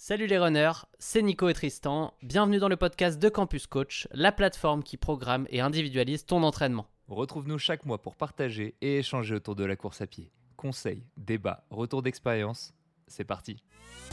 Salut les runners, c'est Nico et Tristan, bienvenue dans le podcast de Campus Coach, la plateforme qui programme et individualise ton entraînement. Retrouve-nous chaque mois pour partager et échanger autour de la course à pied. Conseils, débats, retours d'expérience, c'est parti.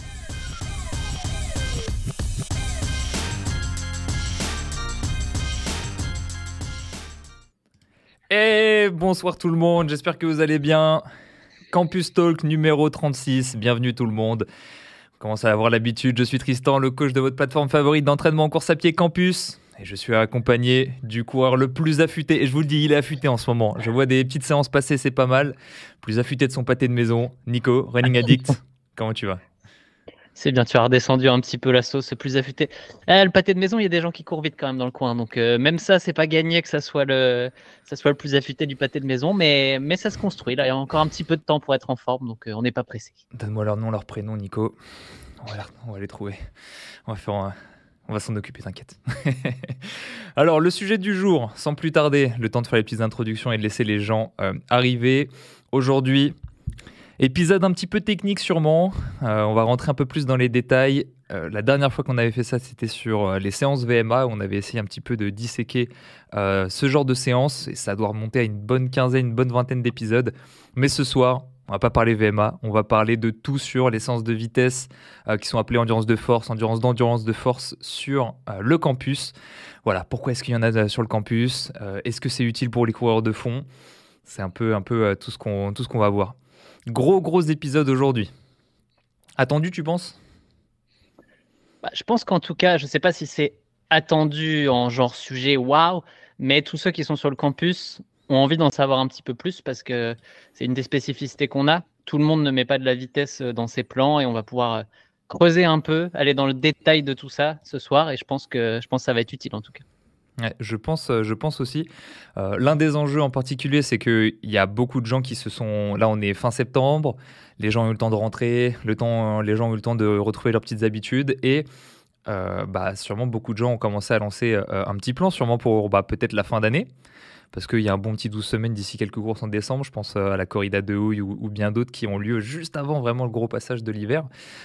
Et bonsoir tout le monde, j'espère que vous allez bien. Campus Talk numéro 36, bienvenue tout le monde. On commence à avoir l'habitude, je suis Tristan, le coach de votre plateforme favorite d'entraînement en course à pied Campus. Et je suis accompagné du coureur le plus affûté. Et je vous le dis, il est affûté en ce moment. Je vois des petites séances passer, c'est pas mal. Plus affûté de son pâté de maison. Nico, running addict, comment tu vas ? C'est bien, tu as redescendu un petit peu la sauce, plus affûté. Le pâté de maison, il y a des gens qui courent vite quand même dans le coin. Donc même ça, c'est pas gagné que ça soit le plus affûté du pâté de maison. Mais ça se construit. Là, il y a encore un petit peu de temps pour être en forme. Donc on n'est pas pressé. Donne-moi leur nom, leur prénom, Nico. On va les trouver. On va s'en occuper, t'inquiète. Alors, le sujet du jour, sans plus tarder, le temps de faire les petites introductions et de laisser les gens arriver. Aujourd'hui, épisode un petit peu technique sûrement. On va rentrer un peu plus dans les détails. La dernière fois qu'on avait fait ça, c'était sur les séances VMA. Où on avait essayé un petit peu de disséquer ce genre de séances. Et ça doit remonter à une bonne quinzaine, une bonne vingtaine d'épisodes. Mais ce soir, on va pas parler VMA, on va parler de tout sur les séances de vitesse qui sont appelées endurance de force, endurance de force sur le campus. Voilà, pourquoi est-ce qu'il y en a sur le campus ? Est-ce que c'est utile pour les coureurs de fond ? C'est un peu tout ce qu'on va voir. Gros épisode aujourd'hui. Attendu, tu penses ? Je pense qu'en tout cas, je ne sais pas si c'est attendu en genre sujet waouh, mais tous ceux qui sont sur le campus ont envie d'en savoir un petit peu plus parce que c'est une des spécificités qu'on a. Tout le monde ne met pas de la vitesse dans ses plans et on va pouvoir creuser un peu, aller dans le détail de tout ça ce soir et je pense que ça va être utile en tout cas. Ouais, je pense aussi. L'un des enjeux en particulier, c'est qu'il y a beaucoup de gens qui se sont... Là, on est fin septembre, les gens ont eu le temps de rentrer, les gens ont eu le temps de retrouver leurs petites habitudes et sûrement beaucoup de gens ont commencé à lancer un petit plan, sûrement pour peut-être la fin d'année. Parce qu'il y a un bon petit 12 semaines d'ici quelques courses en décembre. Je pense à la corrida de Houille ou bien d'autres qui ont lieu juste avant vraiment le gros passage de l'hiver.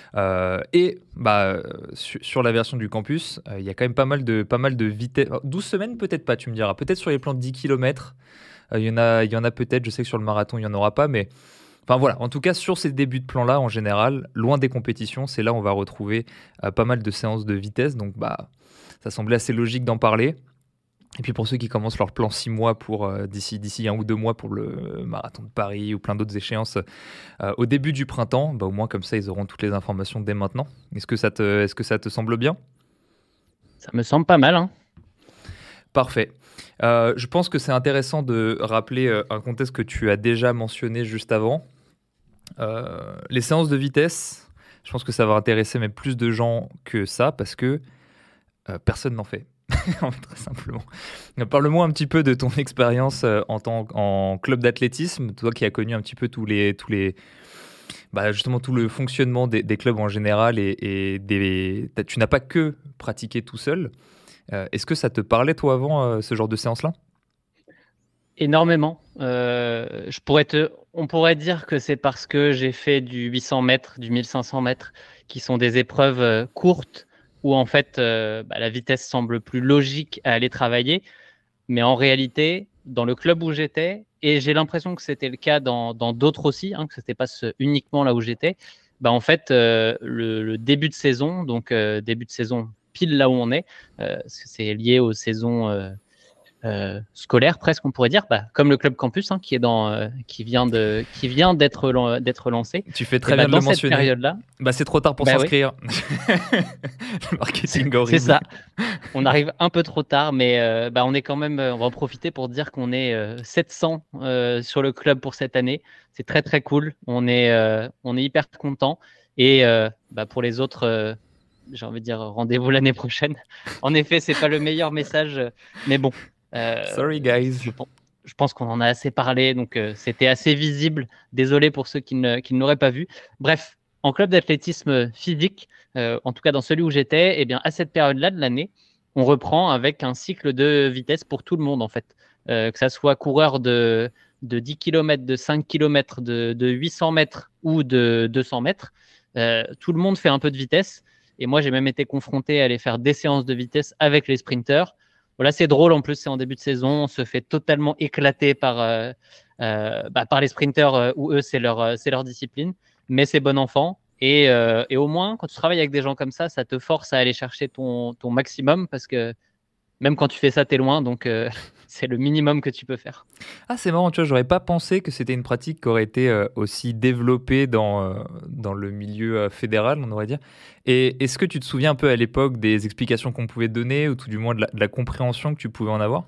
Sur la version du campus, il y a quand même pas mal de vitesse. 12 semaines, peut-être pas, tu me diras. Peut-être sur les plans de 10 km. Il y en a peut-être. Je sais que sur le marathon, il n'y en aura pas. Mais enfin voilà, en tout cas, sur ces débuts de plan-là, en général, loin des compétitions, c'est là où on va retrouver pas mal de séances de vitesse. Donc, ça semblait assez logique d'en parler. Et puis pour ceux qui commencent leur plan 6 mois pour d'ici 1 ou 2 mois pour le marathon de Paris ou plein d'autres échéances au début du printemps, au moins comme ça ils auront toutes les informations dès maintenant. Est-ce que ça te semble bien ? Ça me semble pas mal, hein. Parfait. Je pense que c'est intéressant de rappeler un contexte que tu as déjà mentionné juste avant. Les séances de vitesse, je pense que ça va intéresser même plus de gens que ça parce que personne n'en fait. Très simplement. Parle-moi un petit peu de ton expérience en club d'athlétisme, toi qui as connu un petit peu justement tout le fonctionnement des clubs en général tu n'as pas que pratiqué tout seul. Est-ce que ça te parlait toi avant ce genre de séance-là ? Énormément. On pourrait dire que c'est parce que j'ai fait du 800 mètres, du 1500 mètres, qui sont des épreuves courtes, où en fait la vitesse semble plus logique à aller travailler. Mais en réalité, dans le club où j'étais, et j'ai l'impression que c'était le cas dans d'autres aussi, que ce n'était pas uniquement là où j'étais, en fait, le début de saison, donc début de saison pile là où on est, c'est lié aux saisons scolaire presque on pourrait dire, comme le club campus qui vient d'être lancé. Tu fais très bien de le mentionner. Cette période-là, c'est trop tard pour s'inscrire. Oui. Le marketing horrible. C'est ça. On arrive un peu trop tard, mais on est quand même. On va en profiter pour dire qu'on est 700 sur le club pour cette année. C'est très très cool. On est hyper content. Et pour les autres, j'ai envie de dire rendez-vous l'année prochaine. En effet, c'est pas le meilleur message, mais bon. Sorry guys. Je pense qu'on en a assez parlé, donc c'était assez visible. Désolé pour ceux qui ne l'auraient pas vu. Bref, en club d'athlétisme physique, en tout cas dans celui où j'étais, à cette période-là de l'année, on reprend avec un cycle de vitesse pour tout le monde en fait. Que ça soit coureur de 10 km, de 5 km, de 800 mètres ou de 200 mètres. Tout le monde fait un peu de vitesse. Et moi, j'ai même été confronté à aller faire des séances de vitesse avec les sprinters. Voilà, c'est drôle, en plus, c'est en début de saison, on se fait totalement éclater par les sprinters où eux, c'est leur discipline, mais c'est bon enfant. Et au moins, quand tu travailles avec des gens comme ça te force à aller chercher ton maximum parce que même quand tu fais ça, tu es loin, donc c'est le minimum que tu peux faire. Ah, c'est marrant, tu vois, j'aurais pas pensé que c'était une pratique qui aurait été aussi développée dans le milieu fédéral, on aurait dire. Et est-ce que tu te souviens un peu à l'époque des explications qu'on pouvait donner, ou tout du moins de la compréhension que tu pouvais en avoir?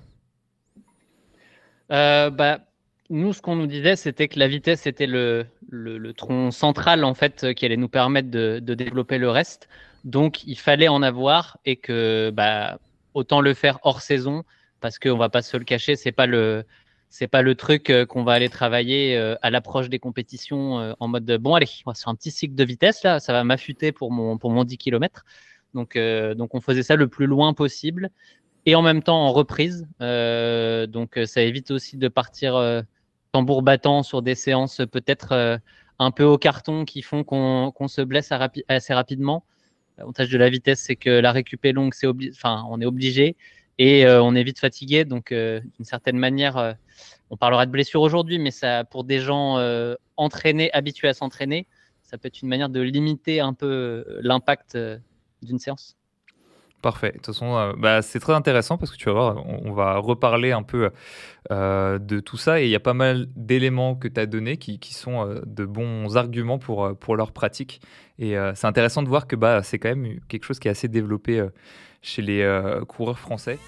Nous, ce qu'on nous disait, c'était que la vitesse était le tronc central en fait qui allait nous permettre de développer le reste. Donc, il fallait en avoir et que autant le faire hors saison parce qu'on va pas se le cacher, c'est pas le truc qu'on va aller travailler à l'approche des compétitions en mode bon allez, on va sur un petit cycle de vitesse là, ça va m'affûter pour mon 10 km. Donc on faisait ça le plus loin possible et en même temps en reprise. Donc ça évite aussi de partir tambour battant sur des séances peut-être un peu au carton qui font qu'on se blesse assez rapidement. L'avantage de la vitesse, c'est que la récup est longue, on est obligé et on est vite fatigué. Donc d'une certaine manière, on parlera de blessure aujourd'hui, mais ça, pour des gens entraînés, habitués à s'entraîner, ça peut être une manière de limiter un peu l'impact d'une séance. Parfait. De toute façon, c'est très intéressant parce que tu vas voir, on va reparler un peu de tout ça. Et il y a pas mal d'éléments que tu as donnés qui sont de bons arguments pour leur pratique. Et c'est intéressant de voir que c'est quand même quelque chose qui est assez développé chez les coureurs français.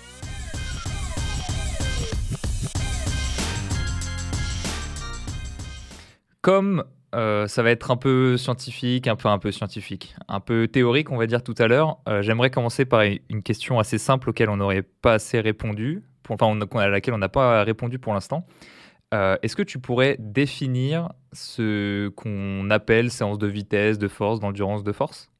Comme ça va être un peu scientifique, un peu théorique, on va dire tout à l'heure, j'aimerais commencer par une question assez simple auquel on n'aurait pas assez répondu, à laquelle on n'a pas répondu pour l'instant. Est-ce que tu pourrais définir ce qu'on appelle séance de vitesse, de force, d'endurance, de force?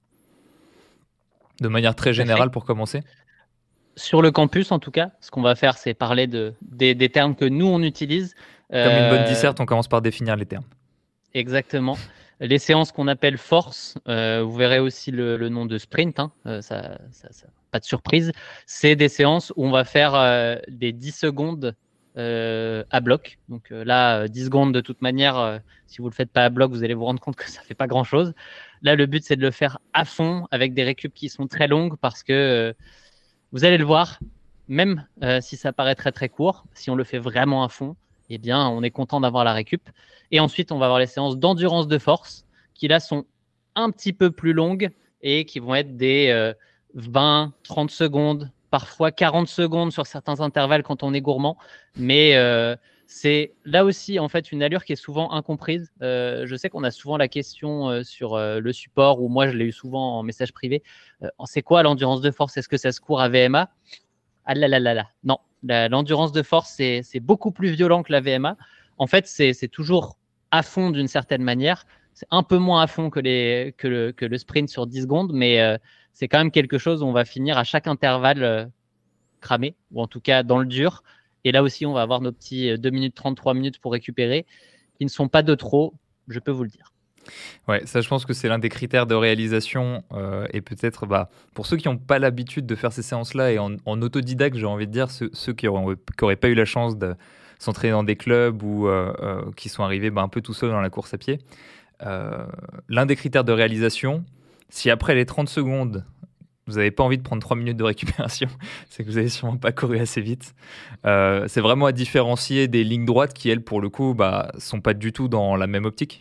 De manière très générale pour commencer. Sur le campus, en tout cas, ce qu'on va faire, c'est parler des termes que nous, on utilise. Comme une bonne disserte, on commence par définir les termes. Exactement. Les séances qu'on appelle force, vous verrez aussi le nom de sprint, hein, pas de surprise. C'est des séances où on va faire des 10 secondes à bloc. Donc là, 10 secondes de toute manière, si vous ne le faites pas à bloc, vous allez vous rendre compte que ça ne fait pas grand-chose. Là, le but, c'est de le faire à fond avec des récup qui sont très longues parce que vous allez le voir, même si ça paraît très très court, si on le fait vraiment à fond, eh bien, on est content d'avoir la récup. Et ensuite, on va avoir les séances d'endurance de force qui là sont un petit peu plus longues et qui vont être des 20, 30 secondes, parfois 40 secondes sur certains intervalles quand on est gourmand. Mais c'est là aussi en fait une allure qui est souvent incomprise. Je sais qu'on a souvent la question sur le support, ou moi je l'ai eu souvent en message privé. C'est quoi l'endurance de force? Est-ce que ça se court à VMA? Ah là là là là. Non, l'endurance de force, c'est beaucoup plus violent que la VMA. En fait, c'est toujours à fond d'une certaine manière. C'est un peu moins à fond que le sprint sur 10 secondes, mais c'est quand même quelque chose où on va finir à chaque intervalle cramé, ou en tout cas dans le dur. Et là aussi, on va avoir nos petits 2 minutes 30, 3 minutes pour récupérer, qui ne sont pas de trop, je peux vous le dire. Ouais, ça, je pense que c'est l'un des critères de réalisation. Et peut-être, pour ceux qui n'ont pas l'habitude de faire ces séances-là et en autodidacte, j'ai envie de dire, ceux qui n'auraient pas eu la chance de s'entraîner dans des clubs ou qui sont arrivés un peu tout seuls dans la course à pied, l'un des critères de réalisation, si après les 30 secondes, vous n'avez pas envie de prendre 3 minutes de récupération, c'est que vous n'avez sûrement pas couru assez vite. C'est vraiment à différencier des lignes droites qui, elles, pour le coup, sont pas du tout dans la même optique.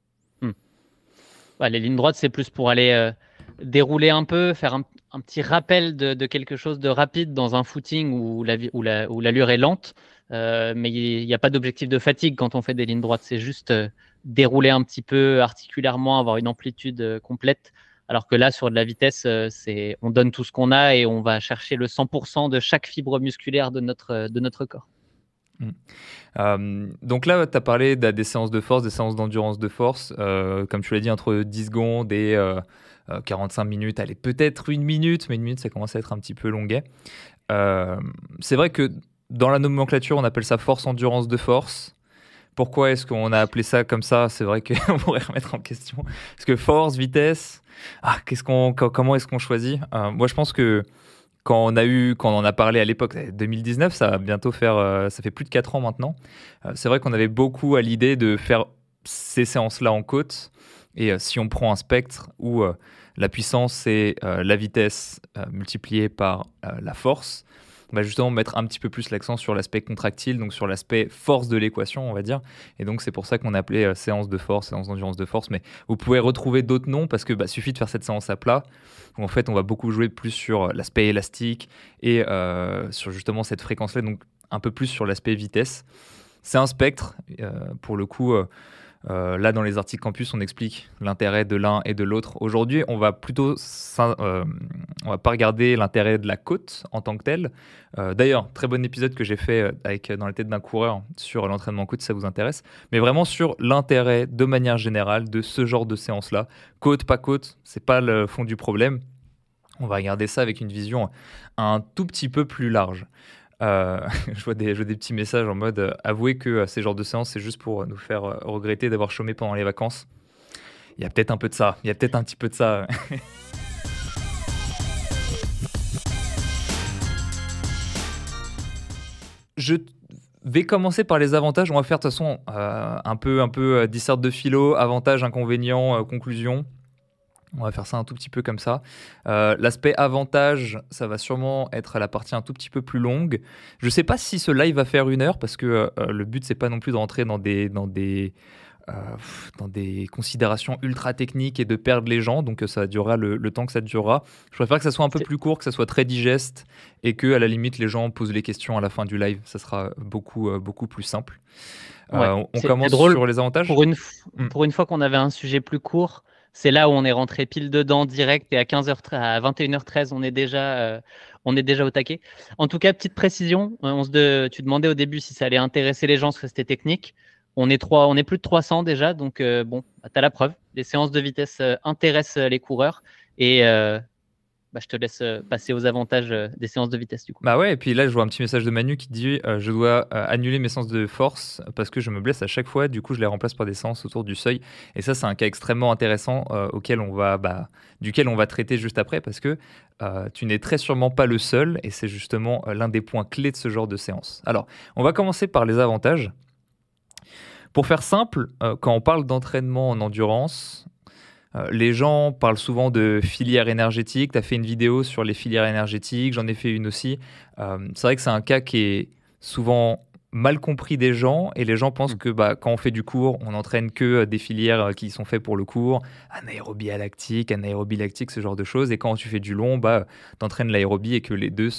Les lignes droites, c'est plus pour aller dérouler un peu, faire un petit rappel de quelque chose de rapide dans un footing où l'allure est lente. Mais il n'y a pas d'objectif de fatigue quand on fait des lignes droites. C'est juste dérouler un petit peu articulairement, avoir une amplitude complète. Alors que là, sur de la vitesse, on donne tout ce qu'on a et on va chercher le 100% de chaque fibre musculaire de notre corps. Donc là, tu as parlé des séances de force, des séances d'endurance de force, comme tu l'as dit, entre 10 secondes et 45 minutes, allez, peut-être une minute, mais une minute, ça commence à être un petit peu longuet. C'est vrai que dans la nomenclature, on appelle ça force, endurance de force. Pourquoi est-ce qu'on a appelé ça comme ça? C'est vrai qu'on pourrait remettre en question. Parce que force, vitesse, Comment est-ce qu'on choisit? Moi, je pense que quand on en a parlé à l'époque, 2019, ça va bientôt faire, ça fait plus de 4 ans maintenant. C'est vrai qu'on avait beaucoup à l'idée de faire ces séances-là en côte. Et si on prend un spectre où la puissance, c'est la vitesse multipliée par la force, on va justement mettre un petit peu plus l'accent sur l'aspect contractile, donc sur l'aspect force de l'équation, on va dire. Et donc, c'est pour ça qu'on appelait séance de force, séance d'endurance de force. Mais vous pouvez retrouver d'autres noms parce que suffit de faire cette séance à plat, où en fait, on va beaucoup jouer plus sur l'aspect élastique et sur justement cette fréquence-là, donc un peu plus sur l'aspect vitesse. C'est un spectre, pour le coup. Là, dans les articles campus, on explique l'intérêt de l'un et de l'autre. Aujourd'hui, on va on va pas regarder l'intérêt de la côte en tant que tel. D'ailleurs, très bon épisode que j'ai fait avec Dans la tête d'un coureur sur l'entraînement en côte, si ça vous intéresse. Mais vraiment sur l'intérêt, de manière générale, de ce genre de séance-là. Côte, pas côte, c'est pas le fond du problème. On va regarder ça avec une vision un tout petit peu plus large. Je vois des petits messages en mode avouez que ces genres de séances, c'est juste pour nous faire regretter d'avoir chômé pendant les vacances. Il y a peut-être un peu de ça. Il y a peut-être un petit peu de ça. Je vais commencer par les avantages. On va faire de toute façon un peu disserte de philo, avantages, inconvénients, conclusions. On va faire ça un tout petit peu comme ça. L'aspect avantage, ça va sûrement être la partie un tout petit peu plus longue. Je ne sais pas si ce live va faire 1 heure parce que le but, c'est pas non plus de rentrer dans des considérations ultra techniques et de perdre les gens. Donc ça durera le temps que ça durera. Je préfère que ça soit un peu plus court, que ça soit très digeste et que à la limite, les gens posent les questions à la fin du live. Ça sera beaucoup plus simple. Ouais, on commence drôle. sur les avantages. Pour une fois qu'on avait un sujet plus court, c'est là où on est rentré pile dedans direct et à 21h13, on est déjà au taquet. En tout cas, petite précision, tu demandais au début si ça allait intéresser les gens parce que c'était technique. On est plus de 300 déjà, donc tu as la preuve. Les séances de vitesse intéressent les coureurs et je te laisse passer aux avantages des séances de vitesse du coup. Bah ouais, et puis là je vois un petit message de Manu qui dit je dois annuler mes séances de force parce que je me blesse à chaque fois, du coup je les remplace par des séances autour du seuil. Et ça c'est un cas extrêmement intéressant duquel on va traiter juste après parce que tu n'es très sûrement pas le seul et c'est justement l'un des points clés de ce genre de séance. Alors on va commencer par les avantages. Pour faire simple, quand on parle d'entraînement en endurance, les gens parlent souvent de filières énergétiques. Tu as fait une vidéo sur les filières énergétiques, j'en ai fait une aussi. C'est vrai que c'est un cas qui est souvent mal compris des gens et les gens pensent que quand on fait du cours, on n'entraîne que des filières qui sont faites pour le cours, anaérobie lactique, ce genre de choses. Et quand tu fais du long, tu entraînes l'aérobie et que les deux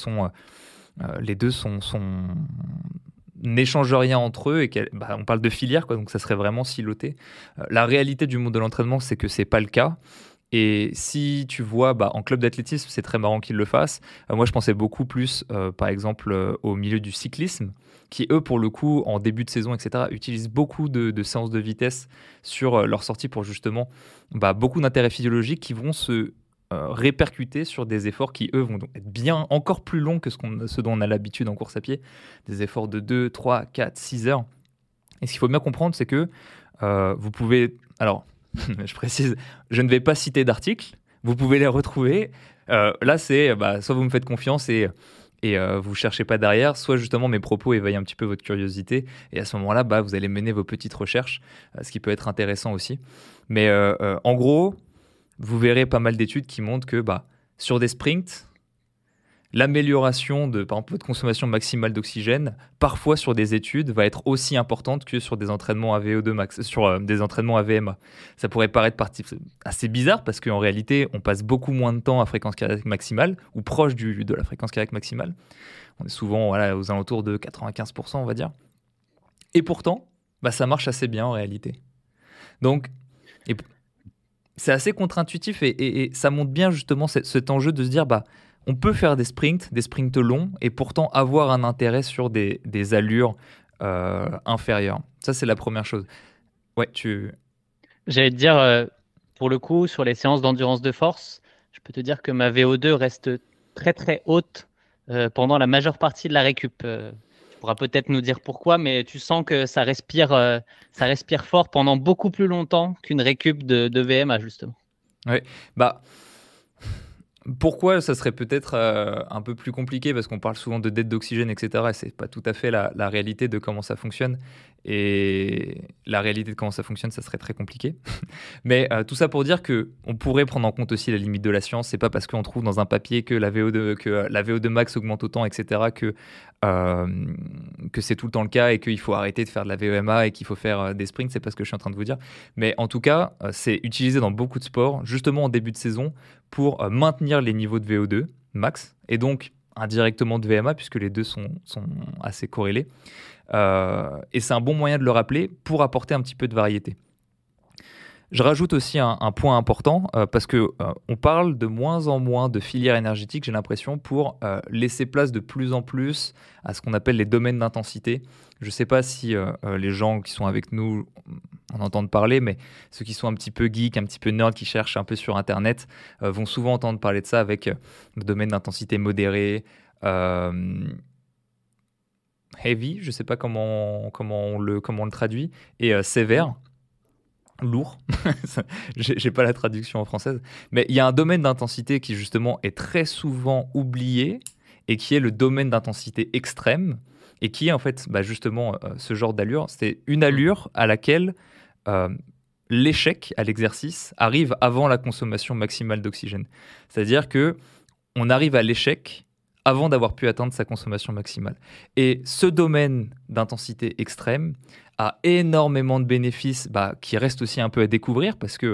n'échangent rien entre eux et on parle de filière, quoi, donc ça serait vraiment siloté. La réalité du monde de l'entraînement, c'est que c'est pas le cas. Et si tu vois, en club d'athlétisme, c'est très marrant qu'ils le fassent. Moi, je pensais beaucoup plus, par exemple, au milieu du cyclisme, qui, eux, pour le coup, en début de saison, etc., utilisent beaucoup de séances de vitesse sur leur sortie pour justement beaucoup d'intérêts physiologiques qui vont se répercuter sur des efforts qui, eux, vont donc être bien encore plus longs que ce dont on a l'habitude en course à pied, des efforts de 2, 3, 4, 6 heures. Et ce qu'il faut bien comprendre, c'est que vous pouvez... Alors, je précise, je ne vais pas citer d'articles, vous pouvez les retrouver. Là, c'est soit vous me faites confiance et vous cherchez pas derrière, soit justement mes propos éveillent un petit peu votre curiosité et à ce moment-là, vous allez mener vos petites recherches, ce qui peut être intéressant aussi. Mais en gros... vous verrez pas mal d'études qui montrent que sur des sprints, l'amélioration de par exemple, votre consommation maximale d'oxygène, parfois sur des études, va être aussi importante que sur des entraînements à VO2 max, sur des entraînements à VMA. Ça pourrait paraître assez bizarre parce qu'en réalité, on passe beaucoup moins de temps à fréquence cardiaque maximale ou proche de la fréquence cardiaque maximale. On est souvent aux alentours de 95%, on va dire. Et pourtant, ça marche assez bien en réalité. Donc, c'est assez contre-intuitif et ça montre bien justement cet enjeu de se dire on peut faire des sprints longs et pourtant avoir un intérêt sur des allures inférieures. Ça, c'est la première chose. Ouais, J'allais te dire, pour le coup, sur les séances d'endurance de force, je peux te dire que ma VO2 reste très très haute pendant la majeure partie de la récup. Tu pourras peut-être nous dire pourquoi, mais tu sens que ça respire fort pendant beaucoup plus longtemps qu'une récup de VMA, justement. Ouais, bah, pourquoi ça serait peut-être un peu plus compliqué parce qu'on parle souvent de dette d'oxygène, etc. Et c'est pas tout à fait la réalité de comment ça fonctionne. Et la réalité de comment ça fonctionne, ça serait très compliqué. Mais tout ça pour dire que on pourrait prendre en compte aussi la limite de la science. C'est pas parce qu'on trouve dans un papier que la VO2 max augmente autant, etc. Euh, que c'est tout le temps le cas et qu'il faut arrêter de faire de la VEMA et qu'il faut faire des sprints. C'est pas ce que je suis en train de vous dire. Mais en tout cas, c'est utilisé dans beaucoup de sports, justement en début de saison, pour maintenir les niveaux de VO2 max et donc indirectement de VMA puisque les deux sont assez corrélés. Et c'est un bon moyen de le rappeler pour apporter un petit peu de variété. Je rajoute aussi un point important parce que on parle de moins en moins de filières énergétiques, j'ai l'impression, pour laisser place de plus en plus à ce qu'on appelle les domaines d'intensité. Je ne sais pas si les gens qui sont avec nous en entendent parler, mais ceux qui sont un petit peu geeks, un petit peu nerds, qui cherchent un peu sur Internet, vont souvent entendre parler de ça avec le domaine d'intensité modéré, heavy, je ne sais pas comment on le traduit, et sévère. Lourd, j'ai pas la traduction en française, mais il y a un domaine d'intensité qui justement est très souvent oublié et qui est le domaine d'intensité extrême et qui est en fait justement ce genre d'allure. C'est une allure à laquelle l'échec à l'exercice arrive avant la consommation maximale d'oxygène. C'est-à-dire que on arrive à l'échec avant d'avoir pu atteindre sa consommation maximale. Et ce domaine d'intensité extrême a énormément de bénéfices qui restent aussi un peu à découvrir parce que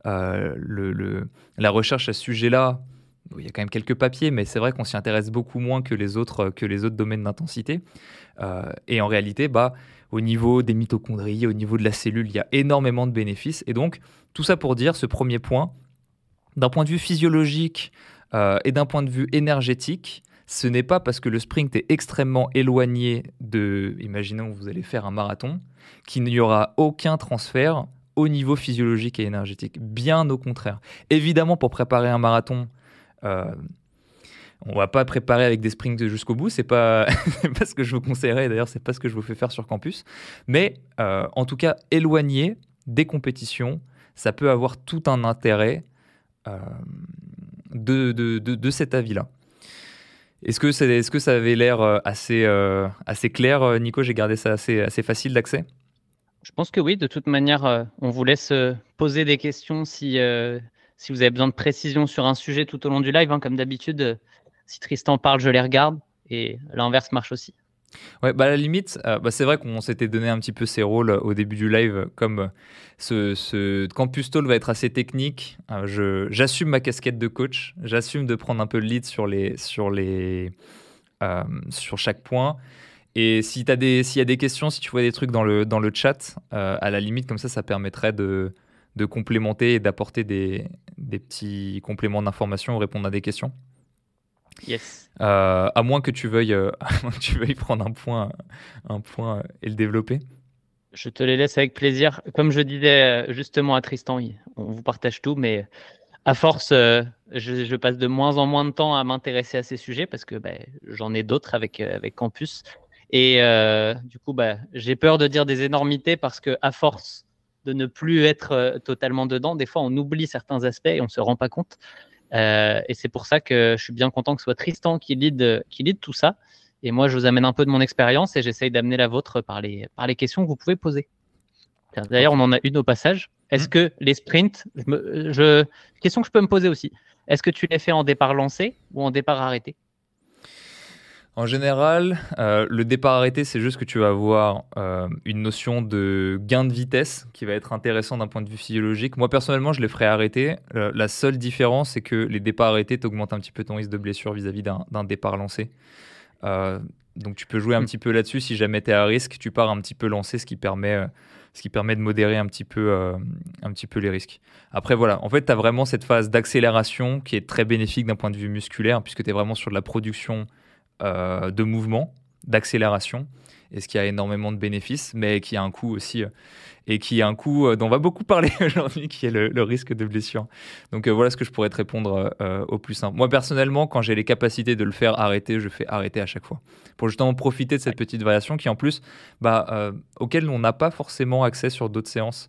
la recherche à ce sujet-là, il y a quand même quelques papiers, mais c'est vrai qu'on s'y intéresse beaucoup moins que les autres domaines d'intensité. Et en réalité, au niveau des mitochondries, au niveau de la cellule, il y a énormément de bénéfices. Et donc, tout ça pour dire, ce premier point, d'un point de vue physiologique et d'un point de vue énergétique, ce n'est pas parce que le sprint est extrêmement éloigné de, imaginons que vous allez faire un marathon, qu'il n'y aura aucun transfert au niveau physiologique et énergétique. Bien au contraire. Évidemment, pour préparer un marathon, on ne va pas préparer avec des sprints jusqu'au bout. C'est pas, c'est pas ce que je vous conseillerais. D'ailleurs, c'est pas ce que je vous fais faire sur campus. Mais en tout cas, éloigné des compétitions, ça peut avoir tout un intérêt de cet avis-là. Est-ce que ça avait l'air assez clair, Nico? J'ai gardé ça assez facile d'accès? Je pense que oui. De toute manière, on vous laisse poser des questions si vous avez besoin de précision sur un sujet tout au long du live. Hein, comme d'habitude, si Tristan parle, je les regarde. Et l'inverse marche aussi. Ouais, à la limite, c'est vrai qu'on s'était donné un petit peu ces rôles au début du live, comme ce Campus Talk va être assez technique. J'assume ma casquette de coach, j'assume de prendre un peu le lead sur chaque point. Et s'il y a des questions, si tu vois des trucs dans le chat, à la limite, comme ça permettrait de complémenter et d'apporter des petits compléments d'information ou répondre à des questions. Yes. À moins que tu veuilles prendre un point et le développer. Je te les laisse avec plaisir. Comme je disais justement à Tristan, on vous partage tout, mais à force, je passe de moins en moins de temps à m'intéresser à ces sujets parce que j'en ai d'autres avec Campus. Et du coup, j'ai peur de dire des énormités parce que à force de ne plus être totalement dedans, des fois, on oublie certains aspects et on ne se rend pas compte. Et c'est pour ça que je suis bien content que ce soit Tristan qui lead tout ça. Et moi, je vous amène un peu de mon expérience et j'essaye d'amener la vôtre par les questions que vous pouvez poser. D'ailleurs, on en a une au passage. Est-ce que les sprints, question que je peux me poser aussi, est-ce que tu les fais en départ lancé ou en départ arrêté? En général, le départ arrêté, c'est juste que tu vas avoir une notion de gain de vitesse qui va être intéressant d'un point de vue physiologique. Moi, personnellement, je les ferais arrêter. La seule différence, c'est que les départs arrêtés t'augmentent un petit peu ton risque de blessure vis-à-vis d'un départ lancé. Donc, tu peux jouer un petit peu là-dessus. Si jamais tu es à risque, tu pars un petit peu lancé, ce qui permet de modérer un petit peu les risques. Après, voilà. En fait, tu as vraiment cette phase d'accélération qui est très bénéfique d'un point de vue musculaire, puisque tu es vraiment sur de la production de mouvement, d'accélération, et ce qui a énormément de bénéfices, mais qui a un coût aussi, et qui a un coût dont on va beaucoup parler aujourd'hui, qui est le risque de blessure. Donc voilà ce que je pourrais te répondre au plus simple. Moi personnellement, quand j'ai les capacités de le faire arrêter, je fais arrêter à chaque fois, pour justement profiter de cette petite variation qui en plus, auquel on n'a pas forcément accès sur d'autres séances.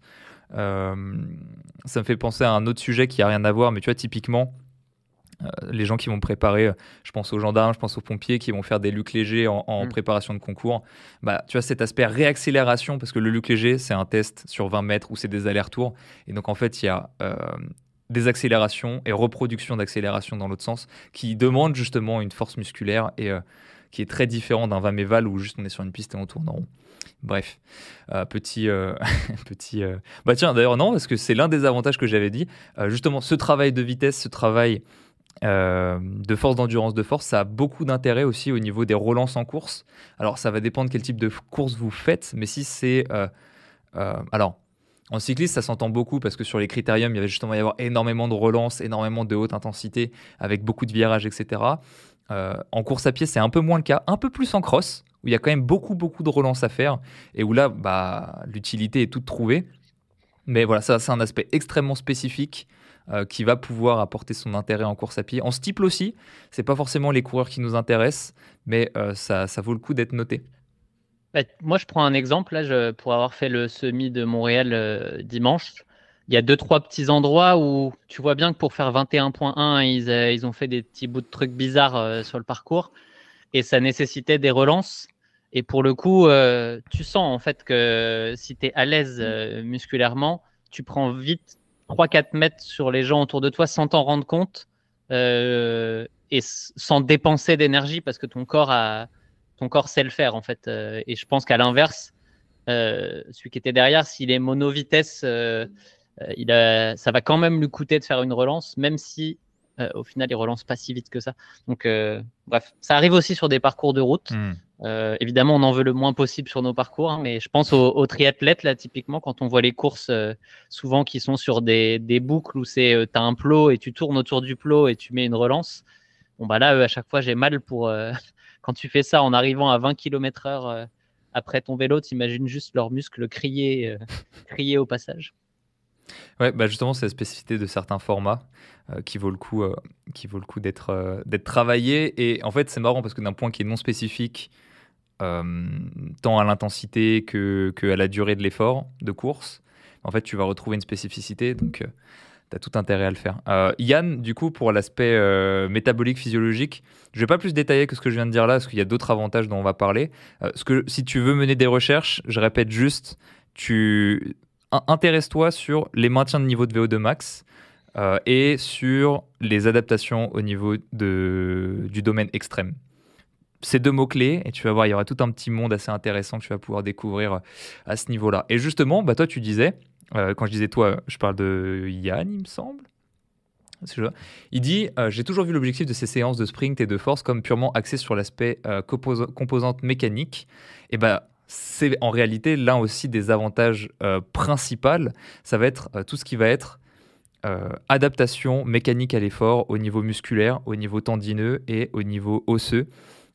Ça me fait penser à un autre sujet qui n'a rien à voir, mais tu vois, typiquement, les gens qui vont préparer, je pense aux gendarmes, je pense aux pompiers qui vont faire des lucs légers en préparation de concours. Bah, tu vois, cet aspect réaccélération, parce que le luc léger, c'est un test sur 20 mètres où c'est des allers-retours. Et donc, en fait, il y a des accélérations et reproduction d'accélération dans l'autre sens qui demandent justement une force musculaire et qui est très différent d'un Vameval où juste on est sur une piste et on tourne en rond. Bref, petit. Bah tiens, d'ailleurs, non, parce que c'est l'un des avantages que j'avais dit. Justement, ce travail de vitesse, ce travail de force, d'endurance, de force, ça a beaucoup d'intérêt aussi au niveau des relances en course. Alors, ça va dépendre quel type de course vous faites, mais si c'est. Alors, en cycliste, ça s'entend beaucoup parce que sur les critériums, il va justement y avoir énormément de relances, énormément de haute intensité, avec beaucoup de virages, etc. En course à pied, c'est un peu moins le cas, un peu plus en cross, où il y a quand même beaucoup de relances à faire, et où là, bah, l'utilité est toute trouvée. Mais voilà, ça, c'est un aspect extrêmement spécifique qui va pouvoir apporter son intérêt en course à pied. En steeple aussi, c'est pas forcément les coureurs qui nous intéressent, mais ça vaut le coup d'être noté. Bah, moi, je prends un exemple. Là, pour avoir fait le semi de Montréal dimanche, il y a 2-3 petits endroits où tu vois bien que pour faire 21.1, ils ont fait des petits bouts de trucs bizarres sur le parcours et ça nécessitait des relances. Et pour le coup, tu sens en fait que si tu es à l'aise musculairement, tu prends vite 3-4 mètres sur les gens autour de toi sans t'en rendre compte et sans dépenser d'énergie parce que ton corps sait le faire en fait. Et je pense qu'à l'inverse, celui qui était derrière, s'il est mono-vitesse, ça va quand même lui coûter de faire une relance, même si au final, il relance pas si vite que ça. Donc, bref, ça arrive aussi sur des parcours de route. Évidemment, on en veut le moins possible sur nos parcours, hein, mais je pense aux triathlètes, là, typiquement, quand on voit les courses souvent qui sont sur des boucles où tu as un plot et tu tournes autour du plot et tu mets une relance. Bon, bah là, à chaque fois, j'ai mal pour. Quand tu fais ça en arrivant à 20 km/h après ton vélo, tu imagines juste leurs muscles crier au passage. Ouais, bah justement, c'est la spécificité de certains formats qui vaut le coup, d'être travaillé. Et en fait, c'est marrant parce que d'un point qui est non spécifique, tant à l'intensité que à la durée de l'effort de course, en fait, tu vas retrouver une spécificité. Donc, tu as tout intérêt à le faire. Yann, du coup, pour l'aspect métabolique, physiologique, je vais pas plus détailler que ce que je viens de dire là, parce qu'il y a d'autres avantages dont on va parler. Si tu veux mener des recherches, je répète juste, intéresse-toi sur les maintiens de niveau de VO2 max et sur les adaptations au niveau du domaine extrême. Ces deux mots-clés, et tu vas voir, il y aura tout un petit monde assez intéressant que tu vas pouvoir découvrir à ce niveau-là. Et justement, bah, toi, tu disais, quand je disais toi, je parle de Yann, il me semble. Il dit j'ai toujours vu l'objectif de ces séances de sprint et de force comme purement axé sur l'aspect composante mécanique. Et bah, c'est en réalité l'un aussi des avantages principaux. Ça va être tout ce qui va être adaptation mécanique à l'effort au niveau musculaire, au niveau tendineux et au niveau osseux.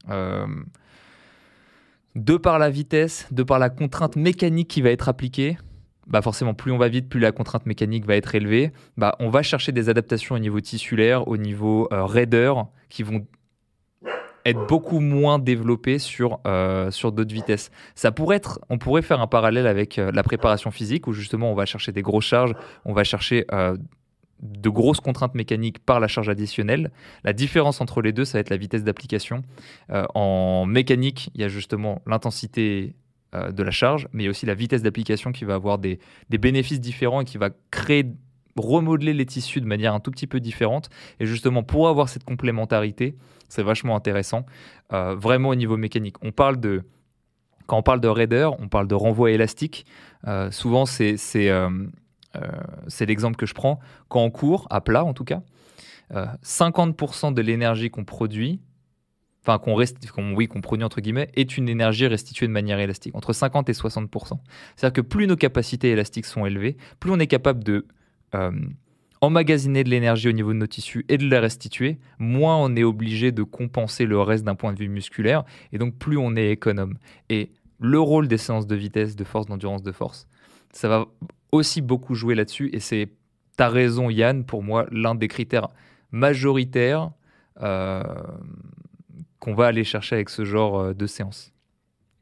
De par la vitesse, de par la contrainte mécanique qui va être appliquée, bah forcément, plus on va vite, plus la contrainte mécanique va être élevée. Bah, on va chercher des adaptations au niveau tissulaire, au niveau raideur, qui vont être beaucoup moins développées sur d'autres vitesses. On pourrait faire un parallèle avec la préparation physique, où justement on va chercher des grosses charges, on va chercher de grosses contraintes mécaniques par la charge additionnelle. La différence entre les deux, ça va être la vitesse d'application. En mécanique, il y a justement l'intensité de la charge, mais il y a aussi la vitesse d'application qui va avoir des bénéfices différents et qui va remodeler les tissus de manière un tout petit peu différente. Et justement, pour avoir cette complémentarité, c'est vachement intéressant, vraiment au niveau mécanique. Quand on parle de raideur, on parle de renvoi élastique. Souvent, c'est l'exemple que je prends. Quand on court, à plat en tout cas, 50% de l'énergie qu'on produit, qu'on produit entre guillemets, est une énergie restituée de manière élastique, entre 50 et 60%. C'est-à-dire que plus nos capacités élastiques sont élevées, plus on est capable de emmagasiner de l'énergie au niveau de nos tissus et de la restituer, moins on est obligé de compenser le reste d'un point de vue musculaire, et donc plus on est économe. Et le rôle des séances de vitesse, de force, d'endurance, de force, ça va aussi beaucoup jouer là-dessus, et t'as raison Yann, pour moi, l'un des critères majoritaires qu'on va aller chercher avec ce genre de séance.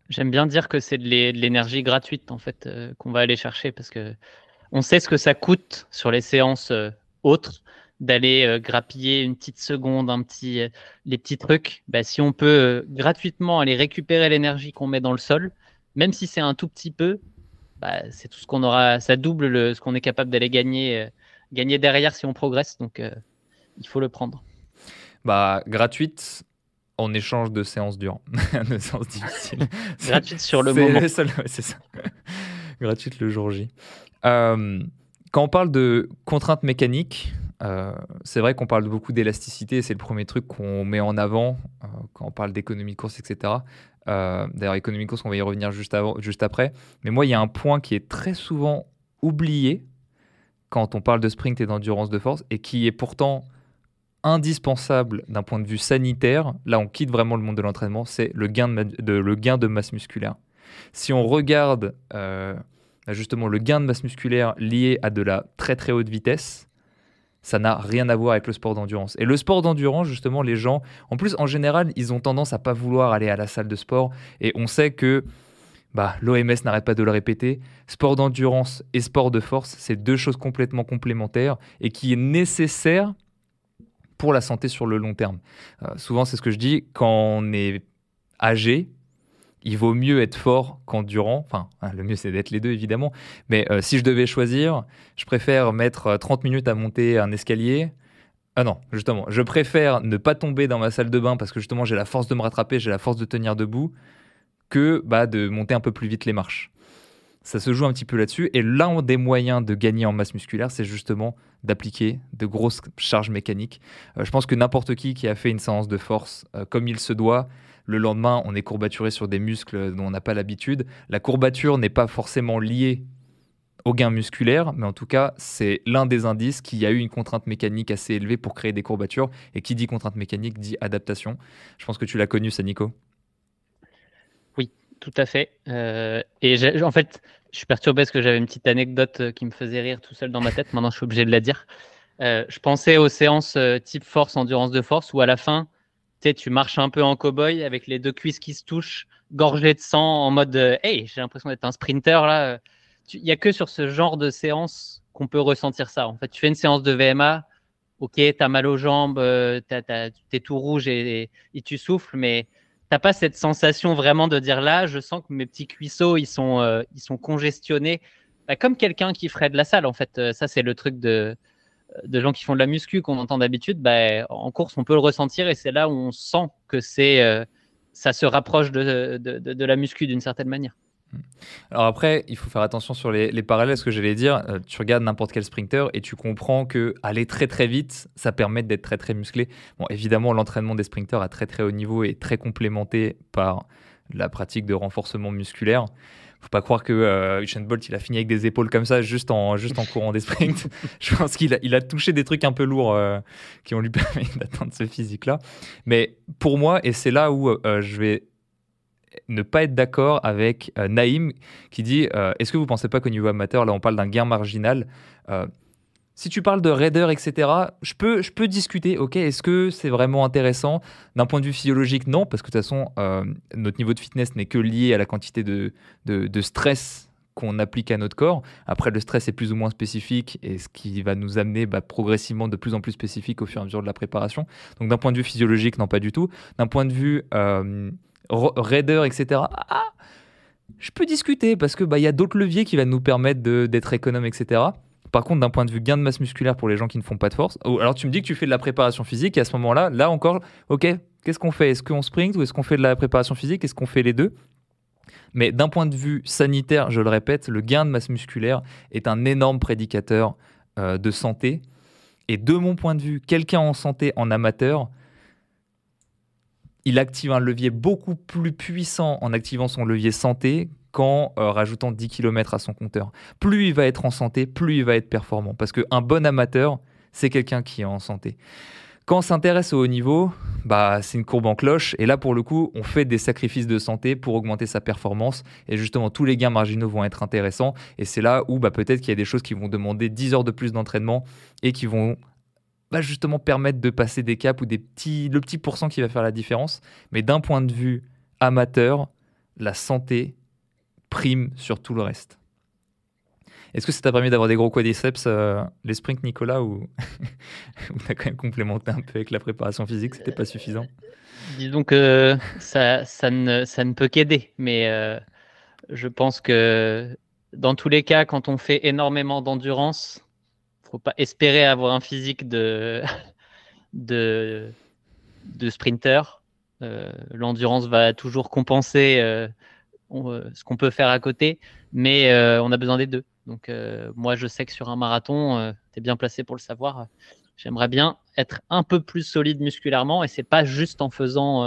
J'aime bien dire que c'est de l'énergie gratuite en fait qu'on va aller chercher parce que on sait ce que ça coûte sur les séances autres d'aller grappiller une petite seconde, les petits trucs. Bah, si on peut gratuitement aller récupérer l'énergie qu'on met dans le sol, même si c'est un tout petit peu, bah, c'est tout ce qu'on aura. Ça double ce qu'on est capable d'aller gagner derrière si on progresse. Donc, il faut le prendre. Bah, gratuite en échange de séances dures, de séances difficiles. Gratuite sur le moment. C'est ça. Gratuite le jour J. Quand on parle de contraintes mécaniques, c'est vrai qu'on parle beaucoup d'élasticité, c'est le premier truc qu'on met en avant quand on parle d'économie de course, etc. D'ailleurs, économie de course, on va y revenir juste après. Mais moi, il y a un point qui est très souvent oublié quand on parle de sprint et d'endurance de force et qui est pourtant indispensable d'un point de vue sanitaire. Là, on quitte vraiment le monde de l'entraînement, c'est le gain de masse musculaire. Si on regarde justement le gain de masse musculaire lié à de la très très haute vitesse, ça n'a rien à voir avec le sport d'endurance. Et le sport d'endurance, justement, les gens, en plus, en général, ils ont tendance à pas vouloir aller à la salle de sport. Et on sait que l'OMS n'arrête pas de le répéter, sport d'endurance et sport de force, c'est deux choses complètement complémentaires et qui est nécessaire pour la santé sur le long terme. Souvent, c'est ce que je dis, quand on est âgé, il vaut mieux être fort qu'endurant. Enfin, le mieux, c'est d'être les deux, évidemment. Mais si je devais choisir, je préfère mettre 30 minutes à monter un escalier. Ah non, justement, je préfère ne pas tomber dans ma salle de bain parce que justement, j'ai la force de me rattraper, j'ai la force de tenir debout, que de monter un peu plus vite les marches. Ça se joue un petit peu là-dessus. Et l'un des moyens de gagner en masse musculaire, c'est justement d'appliquer de grosses charges mécaniques. Je pense que n'importe qui a fait une séance de force comme il se doit, le lendemain, on est courbaturé sur des muscles dont on n'a pas l'habitude. La courbature n'est pas forcément liée au gain musculaire, mais en tout cas, c'est l'un des indices qu'il y a eu une contrainte mécanique assez élevée pour créer des courbatures. Et qui dit contrainte mécanique dit adaptation. Je pense que tu l'as connu, ça, Nico. Oui, tout à fait. En fait, je suis perturbé parce que j'avais une petite anecdote qui me faisait rire tout seul dans ma tête. Maintenant, je suis obligé de la dire. Je pensais aux séances type force, endurance de force, où à la fin, tu marches un peu en cow-boy avec les deux cuisses qui se touchent, gorgées de sang, en mode hey, j'ai l'impression d'être un sprinter là. Il n'y a que sur ce genre de séance qu'on peut ressentir ça. En fait, tu fais une séance de VMA, ok, t'as mal aux jambes, t'es tout rouge et tu souffles, mais t'as pas cette sensation vraiment de dire là, je sens que mes petits cuisseaux ils sont congestionnés, comme quelqu'un qui ferait de la salle. En fait, ça c'est le truc de gens qui font de la muscu qu'on entend d'habitude. En course, on peut le ressentir et c'est là où on sent que ça se rapproche de la muscu d'une certaine manière. Alors après, il faut faire attention sur les parallèles. Ce que j'allais dire, tu regardes n'importe quel sprinter et tu comprends que aller très très vite, ça permet d'être très très musclé. Bon, évidemment, l'entraînement des sprinters à très très haut niveau est très complémenté par la pratique de renforcement musculaire. Faut pas croire que Usain Bolt il a fini avec des épaules comme ça juste en courant des sprints. Je pense qu'il a touché des trucs un peu lourds qui ont lui permis d'atteindre ce physique-là. Mais pour moi, et c'est là où je vais ne pas être d'accord avec Naïm qui dit est-ce que vous pensez pas qu'au niveau amateur, là on parle d'un gain marginal, si tu parles de raideur, etc., je peux discuter, ok, est-ce que c'est vraiment intéressant? D'un point de vue physiologique, non, parce que de toute façon, notre niveau de fitness n'est que lié à la quantité de stress qu'on applique à notre corps. Après, le stress est plus ou moins spécifique et ce qui va nous amener progressivement de plus en plus spécifique au fur et à mesure de la préparation. Donc d'un point de vue physiologique, non, pas du tout. D'un point de vue raideur, etc., je peux discuter parce que y a d'autres leviers qui vont nous permettre d'être économe, etc. Par contre, d'un point de vue gain de masse musculaire pour les gens qui ne font pas de force, alors tu me dis que tu fais de la préparation physique et à ce moment-là, là encore, ok, qu'est-ce qu'on fait? Est-ce qu'on sprint ou est-ce qu'on fait de la préparation physique? Est-ce qu'on fait les deux? Mais d'un point de vue sanitaire, je le répète, le gain de masse musculaire est un énorme prédicateur de santé. Et de mon point de vue, quelqu'un en santé, en amateur, il active un levier beaucoup plus puissant en activant son levier santé qu'en rajoutant 10 km à son compteur. Plus il va être en santé, plus il va être performant. Parce qu'un bon amateur, c'est quelqu'un qui est en santé. Quand on s'intéresse au haut niveau, c'est une courbe en cloche. Et là, pour le coup, on fait des sacrifices de santé pour augmenter sa performance. Et justement, tous les gains marginaux vont être intéressants. Et c'est là où peut-être qu'il y a des choses qui vont demander 10 heures de plus d'entraînement et qui vont justement permettre de passer des caps ou le petit pourcent qui va faire la différence. Mais d'un point de vue amateur, la santé prime sur tout le reste. Est-ce que ça t'a permis d'avoir des gros quadriceps, les sprints, Nicolas, ou tu as quand même complémenté un peu avec la préparation physique, c'était pas suffisant? Disons que ça ne peut qu'aider, mais je pense que dans tous les cas, quand on fait énormément d'endurance, faut pas espérer avoir un physique de sprinter. L'endurance va toujours compenser ce qu'on peut faire à côté, mais on a besoin des deux. Donc moi, je sais que sur un marathon, tu es bien placé pour le savoir. J'aimerais bien être un peu plus solide musculairement, et c'est pas juste en faisant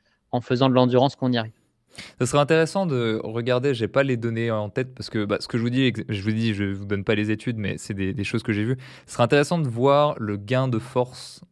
de l'endurance qu'on y arrive. Ça serait intéressant de regarder, j'ai pas les données en tête parce que ce que je vous vous donne pas les études, mais c'est des choses que j'ai vues. Ce serait intéressant de voir le gain de force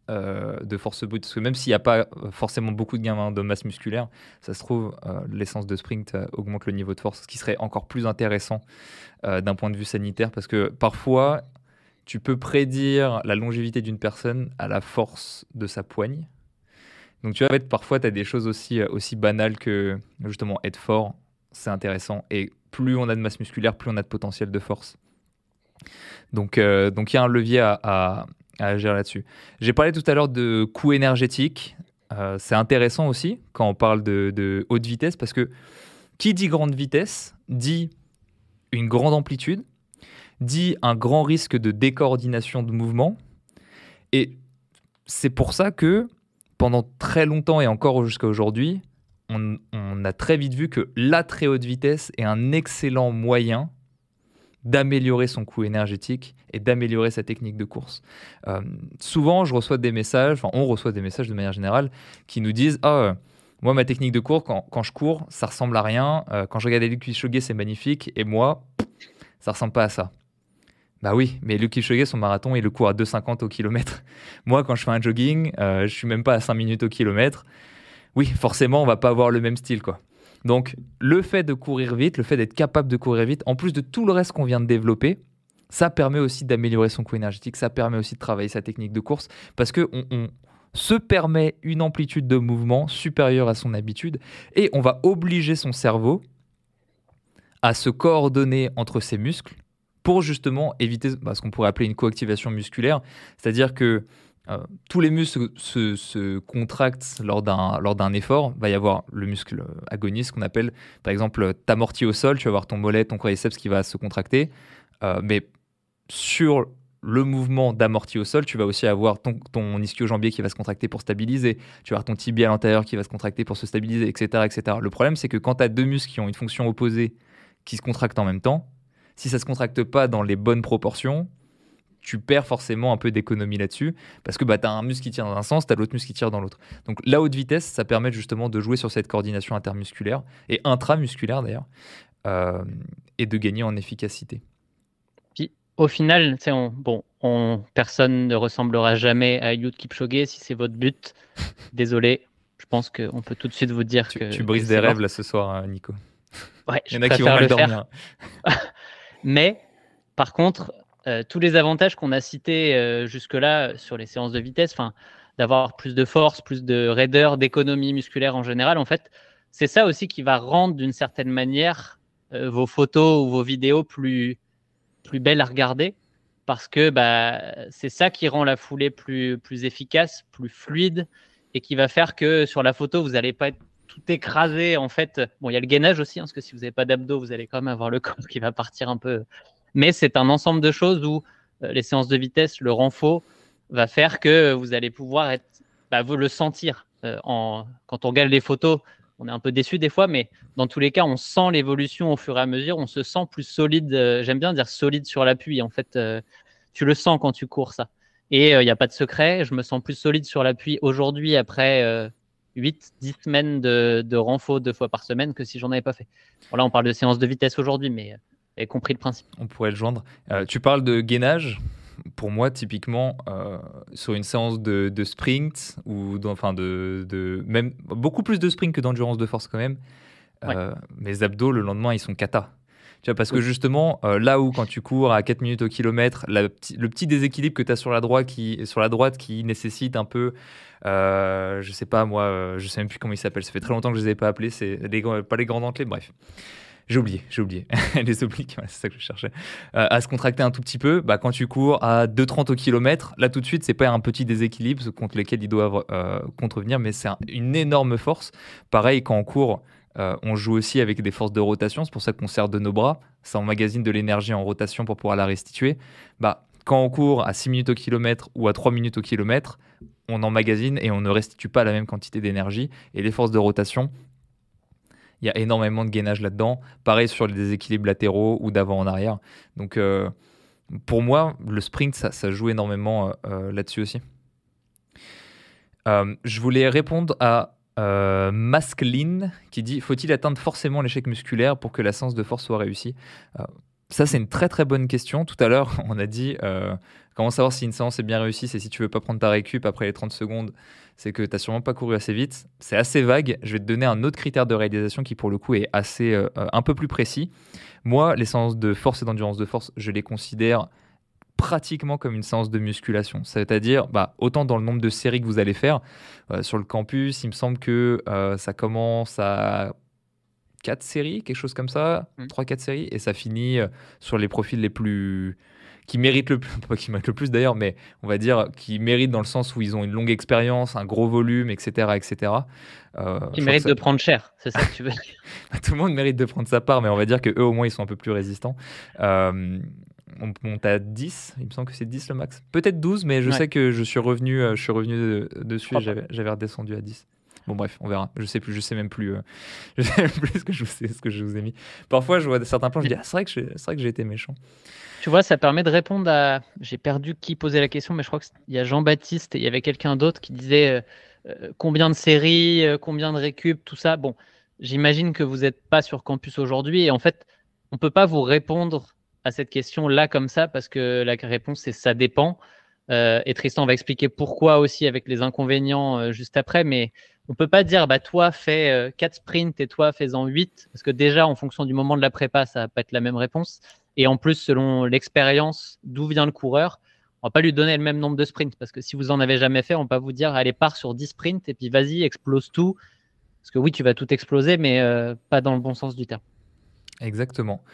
brute, parce que même s'il n'y a pas forcément beaucoup de gains de masse musculaire, ça se trouve, l'essence de sprint augmente le niveau de force, ce qui serait encore plus intéressant d'un point de vue sanitaire, parce que parfois, tu peux prédire la longévité d'une personne à la force de sa poigne. Donc tu vois, en fait, parfois, tu as des choses aussi banales que justement être fort, c'est intéressant. Et plus on a de masse musculaire, plus on a de potentiel de force. Donc il y a un levier à agir là-dessus. J'ai parlé tout à l'heure de coût énergétique. C'est intéressant aussi quand on parle de haute vitesse, parce que qui dit grande vitesse dit une grande amplitude, dit un grand risque de décoordination de mouvement. Et c'est pour ça que pendant très longtemps et encore jusqu'à aujourd'hui, on a très vite vu que la très haute vitesse est un excellent moyen d'améliorer son coût énergétique et d'améliorer sa technique de course. Souvent, on reçoit des messages de manière générale qui nous disent « Ah, moi, ma technique de course, quand je cours, ça ressemble à rien. Quand je regarde Eliud Kipchoge, c'est magnifique. Et moi, ça ressemble pas à ça. » Bah oui, mais Eliud Kipchoge, son marathon, il le court à 2,50 au kilomètre. Moi, quand je fais un jogging, je suis même pas à 5 minutes au kilomètre. Oui, forcément, on va pas avoir le même style, quoi. Donc, le fait de courir vite, le fait d'être capable de courir vite, en plus de tout le reste qu'on vient de développer, ça permet aussi d'améliorer son coût énergétique, ça permet aussi de travailler sa technique de course, parce qu'on se permet une amplitude de mouvement supérieure à son habitude, et on va obliger son cerveau à se coordonner entre ses muscles pour justement éviter ce qu'on pourrait appeler une coactivation musculaire, c'est-à-dire que tous les muscles se contractent lors d'un effort. Il va y avoir le muscle agoniste qu'on appelle, par exemple, t'amortis au sol, tu vas avoir ton mollet, ton quadriceps qui va se contracter. Mais sur le mouvement d'amorti au sol, tu vas aussi avoir ton ischio-jambier qui va se contracter pour stabiliser. Tu vas avoir ton tibia à l'intérieur qui va se contracter pour se stabiliser, etc. etc. Le problème, c'est que quand tu as deux muscles qui ont une fonction opposée qui se contractent en même temps, si ça ne se contracte pas dans les bonnes proportions, tu perds forcément un peu d'économie là-dessus, parce que tu as un muscle qui tire dans un sens, tu as l'autre muscle qui tire dans l'autre. Donc la haute vitesse, ça permet justement de jouer sur cette coordination intermusculaire, et intramusculaire d'ailleurs, et de gagner en efficacité. Puis au final, personne ne ressemblera jamais à Eliud Kipchoge. Si c'est votre but, désolé, je pense qu'on peut tout de suite vous dire que... Tu brises des rêves là ce soir, Nico. Ouais, il y en a qui vont mal dormir. Mais par contre... tous les avantages qu'on a cités jusque-là sur les séances de vitesse, d'avoir plus de force, plus de raideur, d'économie musculaire en général, en fait, c'est ça aussi qui va rendre d'une certaine manière vos photos ou vos vidéos plus belles à regarder, parce que c'est ça qui rend la foulée plus efficace, plus fluide, et qui va faire que sur la photo, vous n'allez pas être tout écrasé. En fait, bon, il y a le gainage aussi, parce que si vous n'avez pas d'abdos, vous allez quand même avoir le corps qui va partir un peu. Mais c'est un ensemble de choses où les séances de vitesse, le renfort, va faire que vous allez pouvoir vous le sentir. Quand on regarde les photos, on est un peu déçu des fois, mais dans tous les cas, on sent l'évolution au fur et à mesure. On se sent plus solide. J'aime bien dire solide sur l'appui. En fait, tu le sens quand tu cours, ça. Et il n'y a pas de secret. Je me sens plus solide sur l'appui aujourd'hui après 8-10 semaines de renfort 2 fois par semaine que si j'en avais pas fait. Bon, là, on parle de séances de vitesse aujourd'hui, mais... Vous avez compris le principe. On pourrait le joindre. Tu parles de gainage. Pour moi, typiquement, sur une séance de sprint, ou même beaucoup plus de sprint que d'endurance de force quand même, mes abdos, le lendemain, ils sont cata. Tu vois, parce que justement, là où quand tu cours à 4 minutes au kilomètre, le petit déséquilibre que tu as sur la droite qui nécessite un peu, je sais pas moi, je sais même plus comment il s'appelle, ça fait très longtemps que je les ai pas appelés, c'est pas les grands dentelés, bref. J'ai oublié. Les obliques, ouais, c'est ça que je cherchais. À se contracter un tout petit peu, quand tu cours à 2,30 au kilomètre, là tout de suite, c'est pas un petit déséquilibre contre lequel ils doivent contrevenir, mais c'est une énorme force. Pareil, quand on court, on joue aussi avec des forces de rotation, c'est pour ça qu'on sert de nos bras, ça emmagasine de l'énergie en rotation pour pouvoir la restituer. Quand on court à 6 minutes au kilomètre ou à 3 minutes au kilomètre, on emmagasine et on ne restitue pas la même quantité d'énergie. Et les forces de rotation, il y a énormément de gainage là-dedans. Pareil sur les déséquilibres latéraux ou d'avant en arrière. Donc, pour moi, le sprint, ça joue énormément là-dessus aussi. Je voulais répondre à Maskeline qui dit « Faut-il atteindre forcément l'échec musculaire pour que la séance de force soit réussie ?» Ça, c'est une très très bonne question. Tout à l'heure, on a dit comment savoir si une séance est bien réussie, c'est si tu veux pas prendre ta récup après les 30 secondes, c'est que tu n'as sûrement pas couru assez vite. C'est assez vague. Je vais te donner un autre critère de réalisation qui, pour le coup, est assez un peu plus précis. Moi, les séances de force et d'endurance de force, je les considère pratiquement comme une séance de musculation. C'est-à-dire, autant dans le nombre de séries que vous allez faire, sur le campus, il me semble que ça commence à 4 séries, quelque chose comme ça, 3-4 séries, et ça finit sur les profils les plus... qui méritent le plus, pas qui méritent le plus d'ailleurs, mais on va dire qui méritent dans le sens où ils ont une longue expérience, un gros volume, etc. etc. Qui méritent de prendre cher, c'est ça que tu veux dire. Tout le monde mérite de prendre sa part, mais on va dire qu'eux au moins ils sont un peu plus résistants. On monte à 10, il me semble que c'est 10 le max. Peut-être 12, mais je sais que je suis revenu dessus, j'avais redescendu à 10. Bon bref, on verra. Je sais même plus ce que je vous ai mis. Parfois, je vois certains plans, je dis c'est vrai que j'ai été méchant. Tu vois, ça permet de répondre à... J'ai perdu qui posait la question, mais je crois qu'il y a Jean-Baptiste et il y avait quelqu'un d'autre qui disait combien de séries, combien de récup, tout ça. Bon, j'imagine que vous n'êtes pas sur campus aujourd'hui et en fait, on ne peut pas vous répondre à cette question là comme ça parce que la réponse c'est ça dépend. Et Tristan va expliquer pourquoi aussi avec les inconvénients juste après, mais on peut pas dire toi fais 4 sprints et toi fais-en 8 parce que déjà en fonction du moment de la prépa ça va pas être la même réponse et en plus selon l'expérience d'où vient le coureur on va pas lui donner le même nombre de sprints parce que si vous en avez jamais fait on va pas vous dire allez pars sur 10 sprints et puis vas-y explose tout parce que oui tu vas tout exploser mais pas dans le bon sens du terme. Exactement.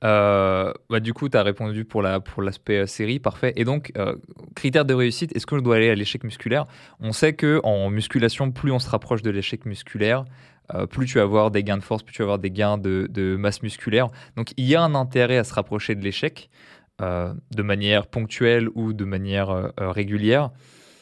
Du coup, tu as répondu pour l'aspect série, parfait. Et donc, critère de réussite, est-ce qu'on doit aller à l'échec musculaire? On sait qu'en musculation, plus on se rapproche de l'échec musculaire, plus tu vas avoir des gains de force, plus tu vas avoir des gains de masse musculaire. Donc, il y a un intérêt à se rapprocher de l'échec de manière ponctuelle ou de manière régulière.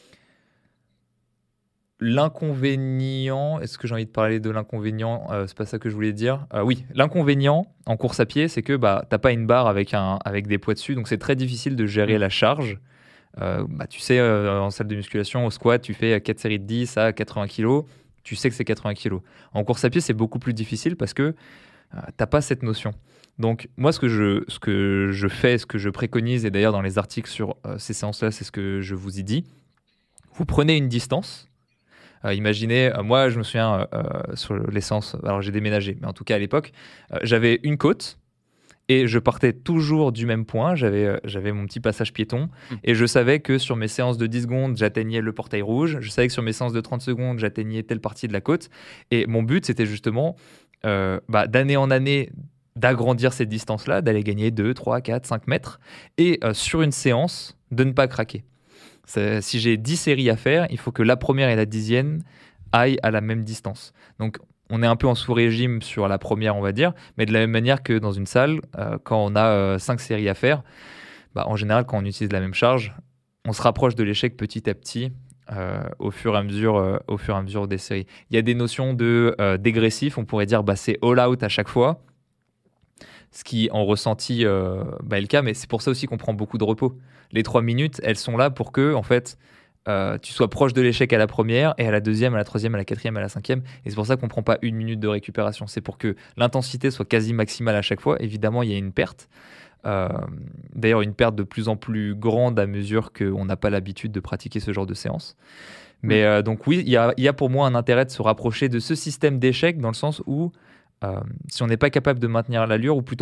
L'inconvénient, est-ce que j'ai envie de parler de l'inconvénient? C'est pas ça que je voulais dire. Oui, l'inconvénient en course à pied, c'est que t'as pas une barre avec des poids dessus, donc c'est très difficile de gérer la charge. Tu sais, en salle de musculation, au squat, tu fais 4 séries de 10 à 80 kg, tu sais que c'est 80 kg. En course à pied, c'est beaucoup plus difficile parce que t'as pas cette notion. Donc moi, ce que je fais, ce que je préconise, et d'ailleurs dans les articles sur ces séances-là, c'est ce que je vous ai dit. Vous prenez une distance. Imaginez, moi je me souviens sur l'essence, alors j'ai déménagé, mais en tout cas à l'époque, j'avais une côte et je partais toujours du même point, j'avais mon petit passage piéton et je savais que sur mes séances de 10 secondes, j'atteignais le portail rouge, je savais que sur mes séances de 30 secondes, j'atteignais telle partie de la côte et mon but c'était justement d'année en année d'agrandir cette distance-là, d'aller gagner 2, 3, 4, 5 mètres et sur une séance, de ne pas craquer. Si j'ai 10 séries à faire, il faut que la première et la 10e aillent à la même distance. Donc, on est un peu en sous-régime sur la première, on va dire, mais de la même manière que dans une salle, quand on a 5 séries à faire, en général, quand on utilise la même charge, on se rapproche de l'échec petit à petit au fur et à mesure des séries. Il y a des notions de dégressif, on pourrait dire c'est all out à chaque fois, ce qui en ressenti est le cas, mais c'est pour ça aussi qu'on prend beaucoup de repos. Les 3 minutes, elles sont là pour que, en fait, tu sois proche de l'échec à la première, et à la deuxième, à la troisième, à la quatrième, à la cinquième. Et c'est pour ça qu'on ne prend pas 1 minute de récupération. C'est pour que l'intensité soit quasi maximale à chaque fois. Évidemment, il y a une perte. D'ailleurs, une perte de plus en plus grande à mesure qu'on n'a pas l'habitude de pratiquer ce genre de séance. Mais donc oui, il y a pour moi un intérêt de se rapprocher de ce système d'échec dans le sens où si on n'est pas capable de maintenir l'allure, ou plutôt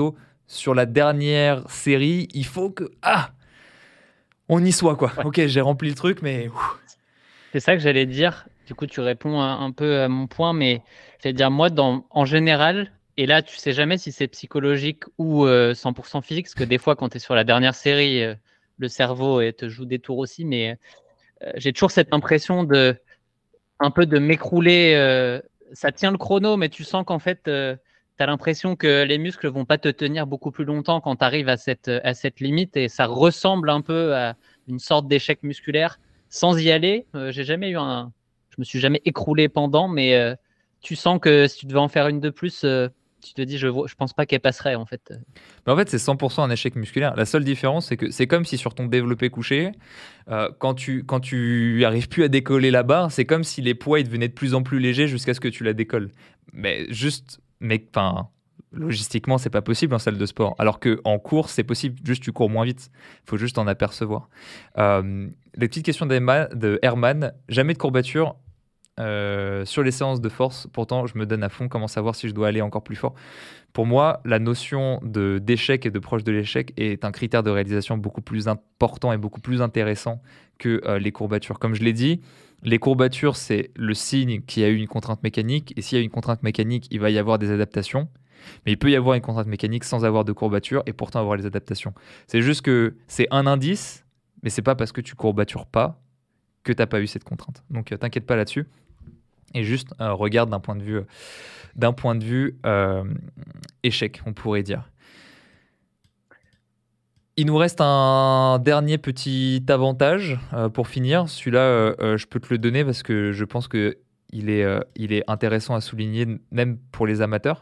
sur la dernière série, il faut que on y soit quoi. Ouais. Ok, j'ai rempli le truc, mais C'est ça que j'allais dire. Du coup, tu réponds un peu à mon point, mais j'allais dire, moi, en général, et là, tu sais jamais si c'est psychologique ou 100% physique, parce que des fois, quand tu es sur la dernière série, le cerveau te joue des tours aussi, mais j'ai toujours cette impression un peu de m'écrouler. Ça tient le chrono, mais tu sens qu'en fait, tu as l'impression que les muscles vont pas te tenir beaucoup plus longtemps quand tu arrives à cette limite, et ça ressemble un peu à une sorte d'échec musculaire sans y aller. J'ai jamais eu je me suis jamais écroulé pendant, mais tu sens que si tu devais en faire une de plus, tu te dis, je pense pas qu'elle passerait en fait. Mais en fait, c'est 100% un échec musculaire. La seule différence, c'est que c'est comme si sur ton développé couché, quand tu arrives plus à décoller la barre, c'est comme si les poids ils devenaient de plus en plus légers jusqu'à ce que tu la décolles. Enfin, logistiquement, c'est pas possible en salle de sport. Alors qu'en course, c'est possible, juste tu cours moins vite. Il faut juste en apercevoir. Les petites questions de Herman, jamais de courbature. Sur les séances de force, pourtant je me donne à fond, comment savoir si je dois aller encore plus fort. Pour moi, la notion d'échec et de proche de l'échec est un critère de réalisation beaucoup plus important et beaucoup plus intéressant que les courbatures. Comme je l'ai dit, les courbatures, c'est le signe qu'il y a eu une contrainte mécanique, et s'il y a une contrainte mécanique, il va y avoir des adaptations. Mais il peut y avoir une contrainte mécanique sans avoir de courbature et pourtant avoir les adaptations. C'est juste que c'est un indice, mais c'est pas parce que tu courbatures pas que tu n'as pas eu cette contrainte. Donc t'inquiète pas là-dessus. Et juste regarde d'un point de vue échec, on pourrait dire. Il nous reste un dernier petit avantage pour finir. Celui-là, je peux te le donner parce que je pense qu'il est intéressant à souligner, même pour les amateurs.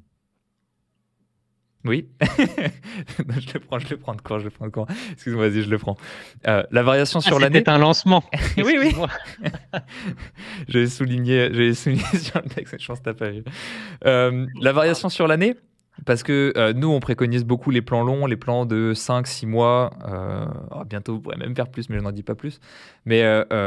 Oui, je le prends de quand. Excuse-moi, vas-y, je le prends. La variation sur l'année. C'était un lancement. Oui, oui. J'avais souligné sur le texte, je pense que tu n'as pas vu. La variation sur l'année, parce que nous, on préconise beaucoup les plans longs, les plans de 5-6 mois. Bientôt, vous pourrez même faire plus, mais je n'en dis pas plus. Mais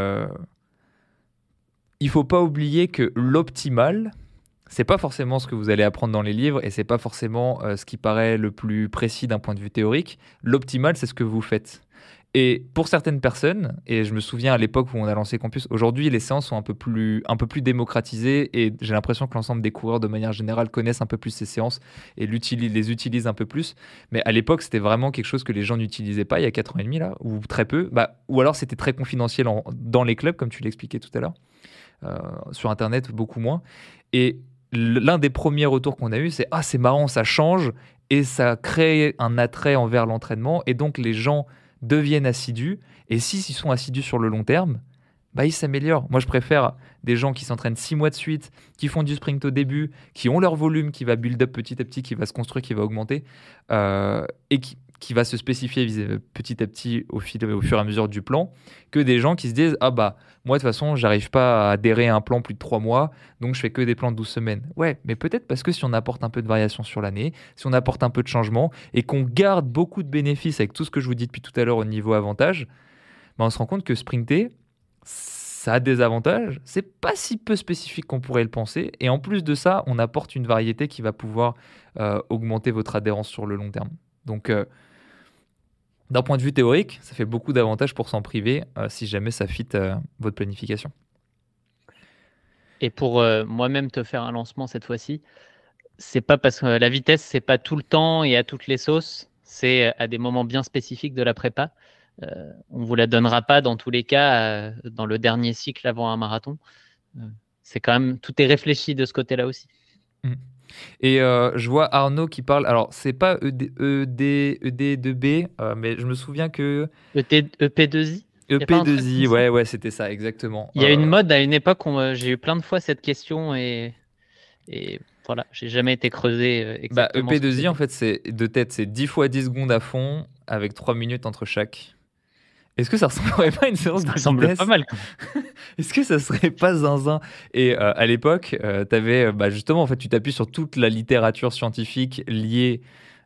il ne faut pas oublier que l'optimal, c'est pas forcément ce que vous allez apprendre dans les livres et c'est pas forcément ce qui paraît le plus précis d'un point de vue théorique. L'optimal, c'est ce que vous faites. Et pour certaines personnes, et je me souviens à l'époque où on a lancé Campus, aujourd'hui les séances sont un peu plus démocratisées et j'ai l'impression que l'ensemble des coureurs de manière générale connaissent un peu plus ces séances et les utilisent un peu plus. Mais à l'époque, c'était vraiment quelque chose que les gens n'utilisaient pas il y a 4 ans et demi là, ou très peu. Ou alors c'était très confidentiel dans les clubs, comme tu l'expliquais tout à l'heure. Sur Internet, beaucoup moins. Et l'un des premiers retours qu'on a eu, c'est « Ah, c'est marrant, ça change » et ça crée un attrait envers l'entraînement et donc les gens deviennent assidus et s'ils sont assidus sur le long terme, ils s'améliorent. Moi, je préfère des gens qui s'entraînent 6 mois de suite, qui font du sprint au début, qui ont leur volume qui va build up petit à petit, qui va se construire, qui va augmenter et qui va se spécifier petit à petit au fur et à mesure du plan, que des gens qui se disent « Ah moi de toute façon, j'arrive pas à adhérer à un plan plus de 3 mois, donc je fais que des plans de 12 semaines. » Ouais, mais peut-être parce que si on apporte un peu de variation sur l'année, si on apporte un peu de changement et qu'on garde beaucoup de bénéfices avec tout ce que je vous dis depuis tout à l'heure au niveau avantage, on se rend compte que sprinter, ça a des avantages, c'est pas si peu spécifique qu'on pourrait le penser, et en plus de ça, on apporte une variété qui va pouvoir augmenter votre adhérence sur le long terme. Donc, d'un point de vue théorique, ça fait beaucoup d'avantages pour s'en priver si jamais ça fit votre planification. Et pour moi-même te faire un lancement cette fois-ci, c'est pas parce que la vitesse, c'est pas tout le temps et à toutes les sauces, c'est à des moments bien spécifiques de la prépa. On vous la donnera pas dans tous les cas dans le dernier cycle avant un marathon. C'est quand même, tout est réfléchi de ce côté-là aussi. Et je vois Arnaud qui parle, alors c'est pas ED2B, mais je me souviens que... EP2I EP2I, ouais, c'était ça, exactement. Il y a une mode à une époque où j'ai eu plein de fois cette question et voilà, j'ai jamais été creusé exactement. EP2I, en fait, c'est 10 fois 10 secondes à fond avec 3 minutes entre chaque. Est-ce que ça ressemblerait pas à une séance de vitesse ? Ça ressemble pas mal. Est-ce que ça serait pas zinzin ? Et à l'époque, t'avais justement, en fait, tu t'appuies sur toute la littérature scientifique liée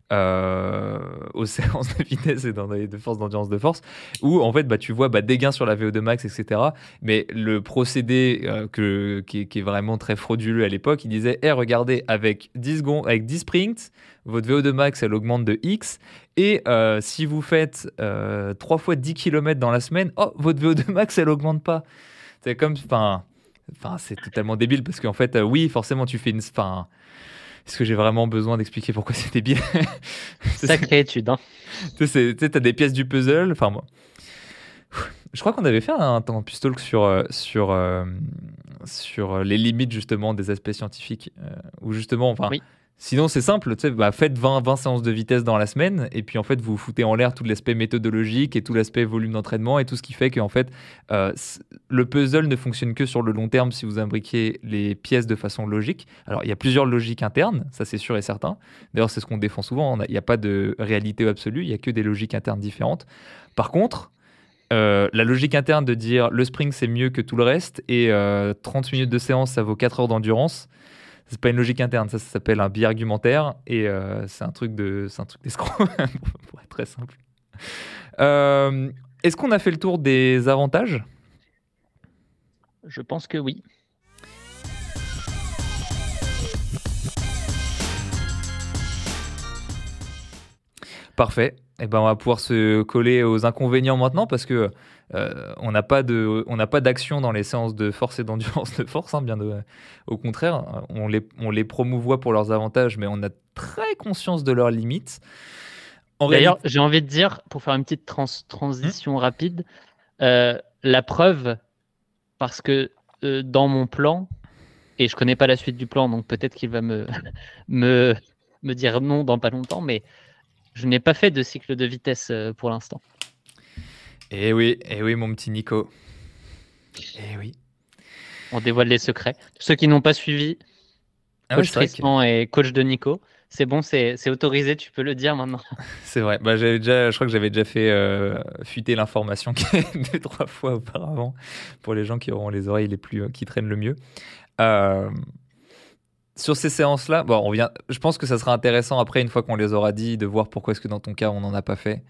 aux séances de vitesse et de force, d'endurance de force, où en fait tu vois des gains sur la VO2 max, etc. Mais le procédé qui est vraiment très frauduleux à l'époque, il disait regardez, avec 10 secondes, avec 10 sprints, votre VO2 max elle augmente de X, et si vous faites 3 fois 10 km dans la semaine, votre VO2 max elle augmente pas. C'est comme, c'est totalement débile, parce qu'en fait oui, forcément tu fais est-ce que j'ai vraiment besoin d'expliquer pourquoi c'est débile? Sacrée étude, hein. Tu sais, t'as des pièces du puzzle. Enfin, moi, je crois qu'on avait fait un Campus Talk sur les limites justement des aspects scientifiques, où justement, Oui. sinon c'est simple, tu sais, faites 20 séances de vitesse dans la semaine, et puis en fait vous foutez en l'air tout l'aspect méthodologique et tout l'aspect volume d'entraînement et tout ce qui fait qu'en fait le puzzle ne fonctionne que sur le long terme si vous imbriquez les pièces de façon logique. Alors il y a plusieurs logiques internes, ça c'est sûr et certain. D'ailleurs c'est ce qu'on défend souvent, il n'y a pas de réalité absolue, il n'y a que des logiques internes différentes. Par contre, la logique interne de dire le sprint c'est mieux que tout le reste, et 30 minutes de séance ça vaut 4 heures d'endurance, c'est pas une logique interne, ça s'appelle un biais argumentaire, et c'est un truc d'escroc, pour être très simple. Est-ce qu'on a fait le tour des avantages? Je pense que oui. Parfait. Et on va pouvoir se coller aux inconvénients maintenant, parce que on n'a pas d'action dans les séances de force et d'endurance de force, hein, au contraire, on les promouvoit pour leurs avantages, mais on a très conscience de leurs limites. D'ailleurs, j'ai envie de dire, pour faire une petite transition rapide, la preuve, parce que dans mon plan, et je connais pas la suite du plan, donc peut-être qu'il va me dire non dans pas longtemps, mais je n'ai pas fait de cycle de vitesse pour l'instant. Eh oui, mon petit Nico. Eh oui. On dévoile les secrets. Ceux qui n'ont pas suivi, coach Tristan et coach de Nico, c'est bon, c'est autorisé, tu peux le dire maintenant. C'est vrai. Je crois que j'avais déjà fait fuiter l'information 2-3 fois auparavant, pour les gens qui auront les oreilles qui traînent le mieux. Sur ces séances-là, je pense que ça sera intéressant après, une fois qu'on les aura dit, de voir pourquoi est-ce que dans ton cas on n'en a pas fait.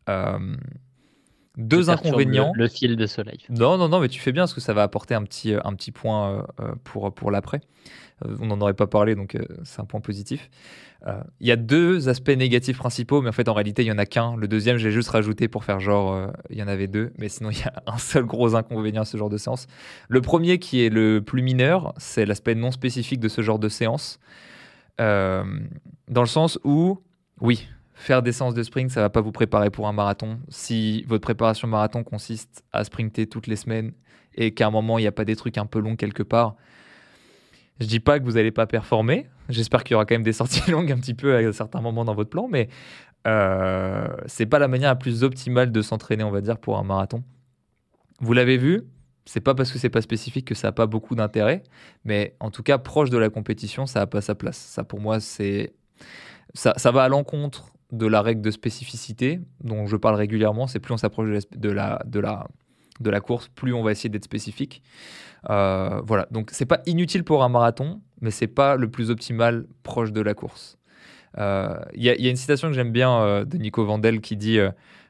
Deux inconvénients. Le fil de ce live. Non, mais tu fais bien, parce que ça va apporter un petit point pour l'après. On n'en aurait pas parlé, donc c'est un point positif. Il y a 2 aspects négatifs principaux, mais en fait en réalité il y en a qu'un. Le deuxième j'ai juste rajouté pour faire genre il y en avait 2, mais sinon il y a un seul gros inconvénient à ce genre de séance. Le premier, qui est le plus mineur, c'est l'aspect non spécifique de ce genre de séance, dans le sens où oui, faire des séances de sprint, ça va pas vous préparer pour un marathon. Si votre préparation marathon consiste à sprinter toutes les semaines, et qu'à un moment il n'y a pas des trucs un peu longs quelque part, je dis pas que vous n'allez pas performer. J'espère qu'il y aura quand même des sorties longues un petit peu à certains moments dans votre plan, mais c'est pas la manière la plus optimale de s'entraîner, on va dire, pour un marathon. Vous l'avez vu, c'est pas parce que c'est pas spécifique que ça a pas beaucoup d'intérêt, mais en tout cas proche de la compétition, ça a pas sa place. Ça, pour moi, ça va à l'encontre de la règle de spécificité dont je parle régulièrement. C'est plus on s'approche de la course, plus on va essayer d'être spécifique. Voilà, donc c'est pas inutile pour un marathon, mais c'est pas le plus optimal proche de la course. Il y a une citation que j'aime bien de Nico Vandel qui dit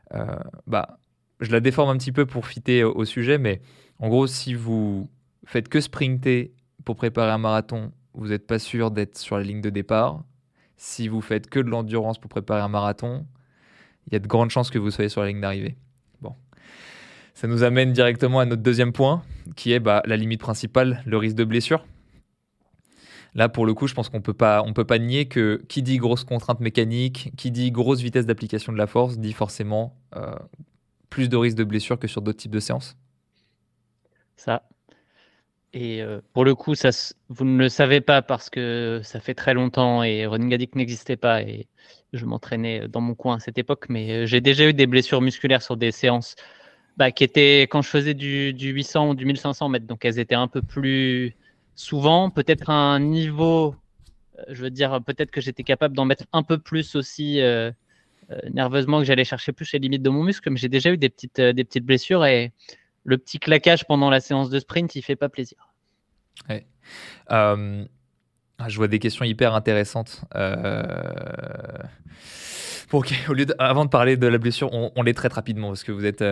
je la déforme un petit peu pour fitter au sujet, mais en gros, si vous faites que sprinter pour préparer un marathon, vous n'êtes pas sûr d'être sur la ligne de départ. Si vous faites que de l'endurance pour préparer un marathon, il y a de grandes chances que vous soyez sur la ligne d'arrivée. Bon. Ça nous amène directement à notre deuxième point, qui est la limite principale, le risque de blessure. Là, pour le coup, je pense qu'on peut pas nier que qui dit grosse contrainte mécanique, qui dit grosse vitesse d'application de la force, dit forcément plus de risque de blessure que sur d'autres types de séances. Ça. Et pour le coup, vous ne le savez pas parce que ça fait très longtemps et Running Addict n'existait pas et je m'entraînais dans mon coin à cette époque, mais j'ai déjà eu des blessures musculaires sur des séances qui étaient quand je faisais du 800 ou du 1500 mètres, donc elles étaient un peu plus souvent, peut-être un niveau, je veux dire, peut-être que j'étais capable d'en mettre un peu plus aussi nerveusement, que j'allais chercher plus les limites de mon muscle, mais j'ai déjà eu des petites blessures et le petit claquage pendant la séance de sprint, il fait pas plaisir. Ouais. Je vois des questions hyper intéressantes. Bon, ok, avant de parler de la blessure, on les traite rapidement parce que vous êtes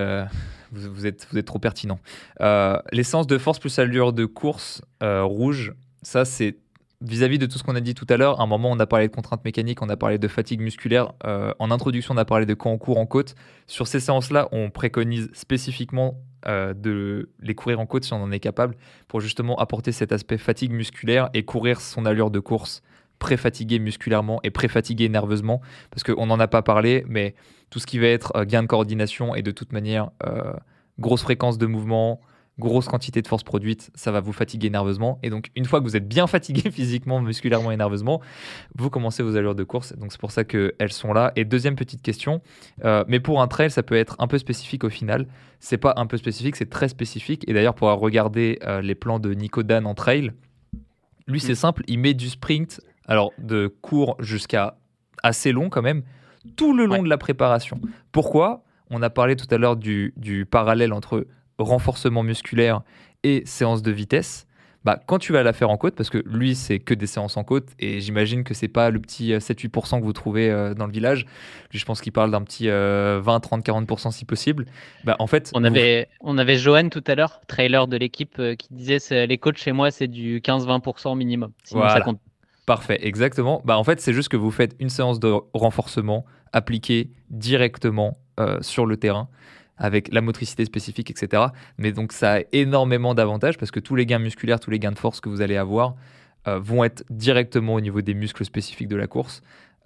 trop pertinent. Les séances de force plus allure de course rouge, ça c'est vis-à-vis de tout ce qu'on a dit tout à l'heure. À un moment, on a parlé de contraintes mécaniques, on a parlé de fatigue musculaire. En introduction, on a parlé de quand on court en côte. Sur ces séances-là, on préconise spécifiquement de les courir en côte si on en est capable pour justement apporter cet aspect fatigue musculaire et courir son allure de course pré-fatigué musculairement et pré-fatigué nerveusement, parce qu'on n'en a pas parlé, mais tout ce qui va être gain de coordination et de toute manière grosse fréquence de mouvement, grosse quantité de force produite, ça va vous fatiguer nerveusement. Et donc, une fois que vous êtes bien fatigué physiquement, musculairement et nerveusement, vous commencez vos allures de course. Donc, c'est pour ça qu'elles sont là. Et deuxième petite question, mais pour un trail, ça peut être un peu spécifique au final. C'est pas un peu spécifique, c'est très spécifique. Et d'ailleurs, pour regarder les plans de Nico Dan en trail, lui, c'est simple, il met du sprint, alors de court jusqu'à assez long quand même, tout le long de la préparation. Pourquoi ? On a parlé tout à l'heure du parallèle entre renforcement musculaire et séance de vitesse. Quand tu vas la faire en côte, parce que lui, c'est que des séances en côte, et j'imagine que c'est pas le petit 7-8% que vous trouvez dans le village. Lui, je pense qu'il parle d'un petit 20, 30, 40% si possible. En fait, on avait Johan tout à l'heure, trailer de l'équipe, qui disait les coachs chez moi, c'est du 15-20% minimum. Sinon, voilà. Ça compte. Parfait, exactement. En fait, c'est juste que vous faites une séance de renforcement appliquée directement sur le terrain, avec la motricité spécifique, etc. Mais donc, ça a énormément d'avantages parce que tous les gains musculaires, tous les gains de force que vous allez avoir vont être directement au niveau des muscles spécifiques de la course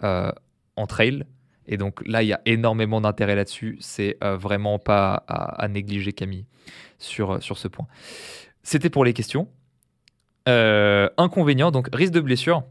en trail. Et donc là, il y a énormément d'intérêt là-dessus. C'est vraiment pas à négliger, Camille, sur ce point. C'était pour les questions. Inconvénients, donc risque de blessure.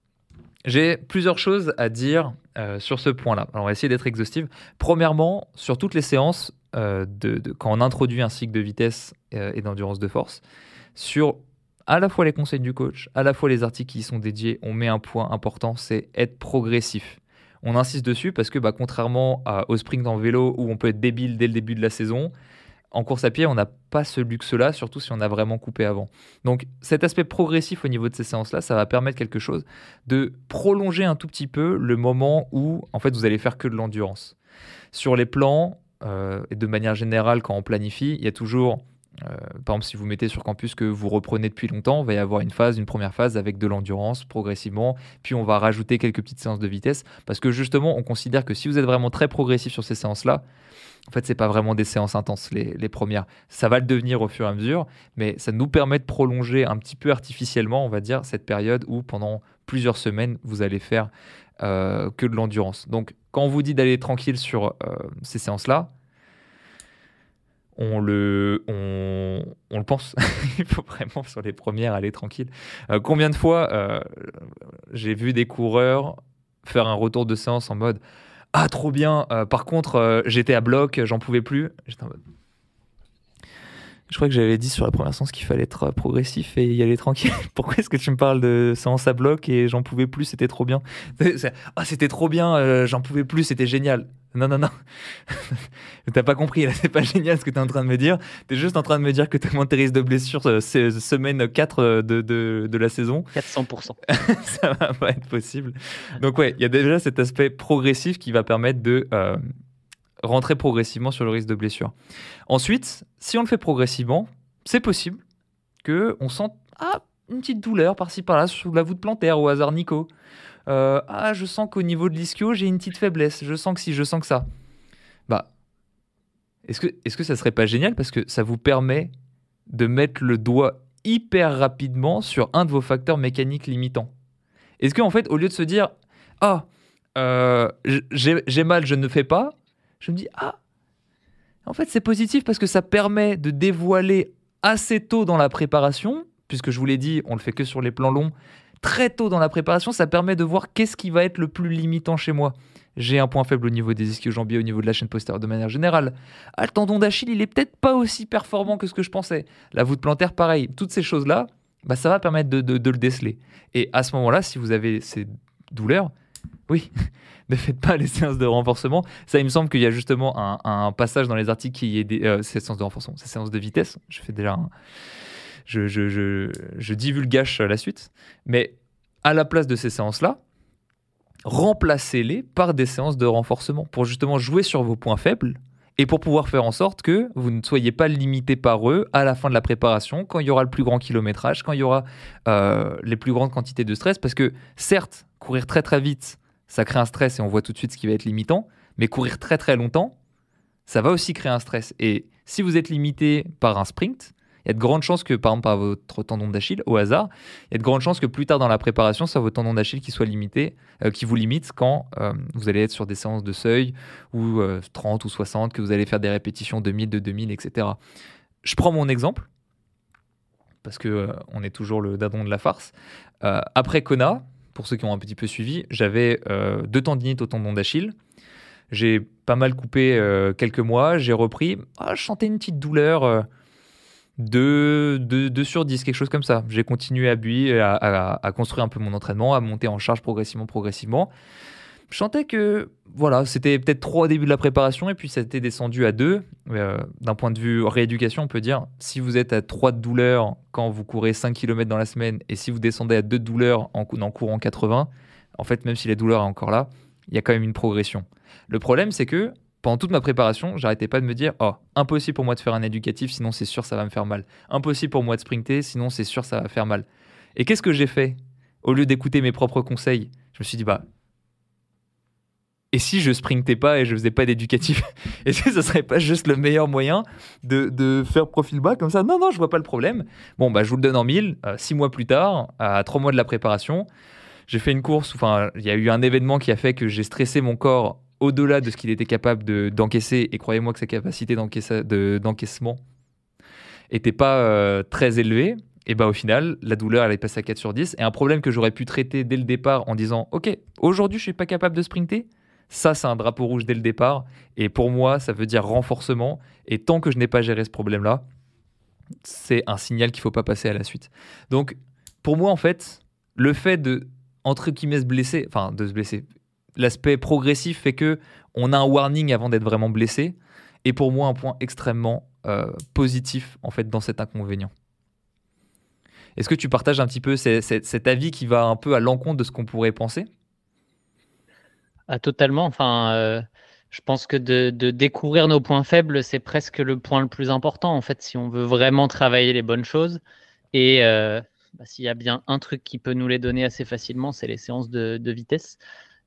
J'ai plusieurs choses à dire sur ce point-là. Alors, on va essayer d'être exhaustif. Premièrement, sur toutes les séances, quand on introduit un cycle de vitesse et d'endurance de force, sur à la fois les conseils du coach, à la fois les articles qui y sont dédiés, on met un point important, c'est être progressif. On insiste dessus parce que contrairement au sprint en vélo où on peut être débile dès le début de la saison, en course à pied, on n'a pas ce luxe-là, surtout si on a vraiment coupé avant. Donc cet aspect progressif au niveau de ces séances-là, ça va permettre quelque chose de prolonger un tout petit peu le moment où en fait vous allez faire que de l'endurance. Sur les plans, et de manière générale quand on planifie, il y a toujours, par exemple si vous mettez sur campus que vous reprenez depuis longtemps, il va y avoir une première phase avec de l'endurance progressivement, puis on va rajouter quelques petites séances de vitesse, parce que justement on considère que si vous êtes vraiment très progressif sur ces séances-là, en fait, c'est pas vraiment des séances intenses, les premières. Ça va le devenir au fur et à mesure, mais ça nous permet de prolonger un petit peu artificiellement, on va dire, cette période où pendant plusieurs semaines, vous allez faire que de l'endurance. Donc, quand on vous dit d'aller tranquille sur ces séances-là, on le pense. Il faut vraiment, sur les premières, aller tranquille. Combien de fois j'ai vu des coureurs faire un retour de séance en mode « Ah, trop bien. Par contre, j'étais à bloc, j'en pouvais plus. » J'étais en mode... Je crois que j'avais dit sur la première séance qu'il fallait être progressif et y aller tranquille. Pourquoi est-ce que tu me parles de séance à bloc et j'en pouvais plus, c'était trop bien. C'était trop bien, j'en pouvais plus, c'était génial. Non. T'as pas compris, là, c'est pas génial ce que t'es en train de me dire. T'es juste en train de me dire que t'as moins tes risques de blessure semaine 4 de la saison. 400%. Ça va pas être possible. Donc il y a déjà cet aspect progressif qui va permettre de rentrer progressivement sur le risque de blessure. Ensuite, si on le fait progressivement, c'est possible qu'on sente une petite douleur par-ci par-là sous la voûte plantaire au hasard Nico. Je sens qu'au niveau de l'ischio, j'ai une petite faiblesse. Je sens que si, je sens que ça. Est-ce que ça serait pas génial parce que ça vous permet de mettre le doigt hyper rapidement sur un de vos facteurs mécaniques limitants. Est-ce qu'en fait, au lieu de se dire j'ai mal, je ne fais pas, je me dis en fait c'est positif parce que ça permet de dévoiler assez tôt dans la préparation, puisque je vous l'ai dit, on le fait que sur les plans longs, très tôt dans la préparation, ça permet de voir qu'est-ce qui va être le plus limitant chez moi. J'ai un point faible au niveau des ischio-jambiers, au niveau de la chaîne postérieure de manière générale. Le tendon d'Achille, il est peut-être pas aussi performant que ce que je pensais. La voûte plantaire, pareil. Toutes ces choses-là, ça va permettre de le déceler. Et à ce moment-là, si vous avez ces douleurs, oui, ne faites pas les séances de renforcement. Ça, il me semble qu'il y a justement un passage dans les articles qui est ces séances de renforcement, ces séances de vitesse. Je fais déjà je divulgage la suite. Mais à la place de ces séances-là, remplacez-les par des séances de renforcement pour justement jouer sur vos points faibles et pour pouvoir faire en sorte que vous ne soyez pas limité par eux à la fin de la préparation, quand il y aura le plus grand kilométrage, quand il y aura les plus grandes quantités de stress. Parce que certes, courir très très vite, ça crée un stress et on voit tout de suite ce qui va être limitant, mais courir très très longtemps, ça va aussi créer un stress. Et si vous êtes limité par un sprint, il y a de grandes chances que, par exemple, par votre tendon d'Achille, au hasard, il y a de grandes chances que plus tard dans la préparation, ce soit votre tendon d'Achille qui soit limité, qui vous limite quand vous allez être sur des séances de seuil, ou 30 ou 60, que vous allez faire des répétitions de 1000, de 2000, etc. Je prends mon exemple, parce que on est toujours le dadon de la farce. Après Kona, pour ceux qui ont un petit peu suivi, j'avais 2 tendinites au tendon d'Achille. J'ai pas mal coupé quelques mois, j'ai repris. Je sentais une petite douleur. 2 sur 10, quelque chose comme ça. J'ai continué à buer, à construire un peu mon entraînement, à monter en charge progressivement. Je sentais que voilà, c'était peut-être 3 au début de la préparation et puis ça était descendu à 2. D'un point de vue rééducation, on peut dire, si vous êtes à 3 de douleur quand vous courez 5 km dans la semaine et si vous descendez à 2 de douleur en courant 80, en fait, même si la douleur est encore là, il y a quand même une progression. Le problème, c'est que pendant toute ma préparation, j'arrêtais pas de me dire impossible pour moi de faire un éducatif, sinon c'est sûr ça va me faire mal. Impossible pour moi de sprinter, sinon c'est sûr ça va faire mal. Et qu'est-ce que j'ai fait? Au lieu d'écouter mes propres conseils, je me suis dit et si je sprintais pas et je faisais pas d'éducatif? Est-ce que ce serait pas juste le meilleur moyen de faire profil bas comme ça? Non, je vois pas le problème. Bon, je vous le donne en 1000. 6 mois plus tard, à 3 mois de la préparation, j'ai fait une course, il y a eu un événement qui a fait que j'ai stressé mon corps au-delà de ce qu'il était capable d'encaisser, et croyez-moi que sa capacité d'encaissement n'était pas très élevée, et au final, la douleur, elle est passée à 4 sur 10, et un problème que j'aurais pu traiter dès le départ en disant « Ok, aujourd'hui, je suis pas capable de sprinter », ça, c'est un drapeau rouge dès le départ, et pour moi, ça veut dire renforcement, et tant que je n'ai pas géré ce problème-là, c'est un signal qu'il ne faut pas passer à la suite. Donc, pour moi, en fait, le fait entre guillemets, de se blesser, l'aspect progressif fait que on a un warning avant d'être vraiment blessé, et pour moi un point extrêmement positif en fait dans cet inconvénient. Est-ce que tu partages un petit peu cet avis qui va un peu à l'encontre de ce qu'on pourrait penser? Totalement. Je pense que de découvrir nos points faibles, c'est presque le point le plus important en fait, si on veut vraiment travailler les bonnes choses. Et s'il y a bien un truc qui peut nous les donner assez facilement, c'est les séances de vitesse.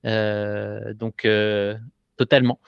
Totalement.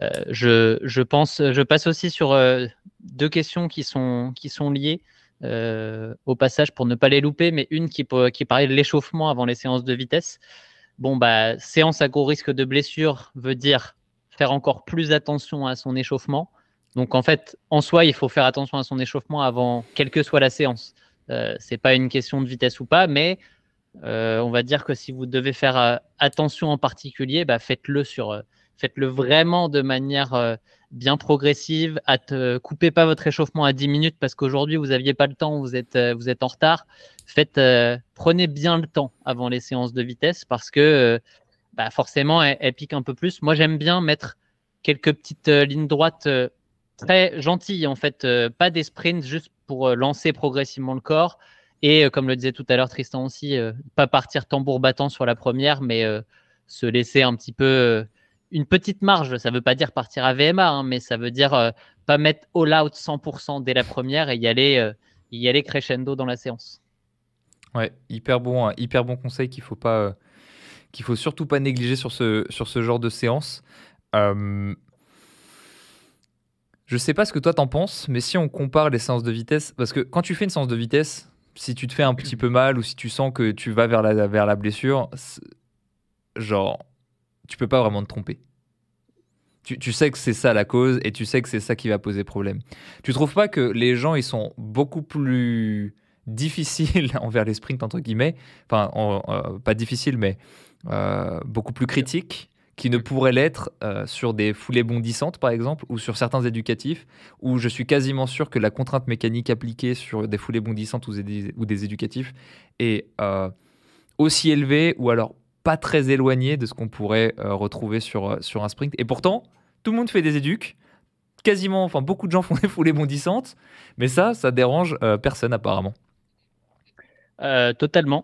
Je passe aussi sur 2 questions qui sont liées au passage pour ne pas les louper, mais une qui parlait de l'échauffement avant les séances de vitesse. Séance à gros risque de blessure veut dire faire encore plus attention à son échauffement. Donc en fait, en soi, il faut faire attention à son échauffement avant, quelle que soit la séance. C'est pas une question de vitesse ou pas, mais on va dire que si vous devez faire attention en particulier, faites-le vraiment de manière bien progressive. Coupez pas votre échauffement à 10 minutes parce qu'aujourd'hui vous n'aviez pas le temps, vous êtes en retard. Prenez bien le temps avant les séances de vitesse parce que forcément elles piquent un peu plus. Moi j'aime bien mettre quelques petites lignes droites très gentilles en fait, pas des sprints, juste pour lancer progressivement le corps. Et comme le disait tout à l'heure Tristan aussi, pas partir tambour battant sur la première, mais se laisser un petit peu une petite marge. Ça ne veut pas dire partir à VMA, mais ça veut dire pas mettre all out 100% dès la première et y aller crescendo dans la séance. Ouais, hyper bon conseil qu'il faut surtout pas négliger sur ce genre de séance. Je sais pas ce que toi t'en penses, mais si on compare les séances de vitesse, parce que quand tu fais une séance de vitesse, si tu te fais un petit peu mal ou si tu sens que tu vas vers la blessure, tu peux pas vraiment te tromper. Tu sais que c'est ça la cause et tu sais que c'est ça qui va poser problème. Tu trouves pas que les gens ils sont beaucoup plus difficiles envers les sprints entre guillemets, pas difficiles mais beaucoup plus critiques qui ne pourraient l'être sur des foulées bondissantes par exemple ou sur certains éducatifs où je suis quasiment sûr que la contrainte mécanique appliquée sur des foulées bondissantes ou des éducatifs est aussi élevée ou alors pas très éloigné de ce qu'on pourrait retrouver sur un sprint. Et pourtant, tout le monde fait des éducs. Beaucoup de gens font des foulées bondissantes. Mais ça dérange personne apparemment. Totalement.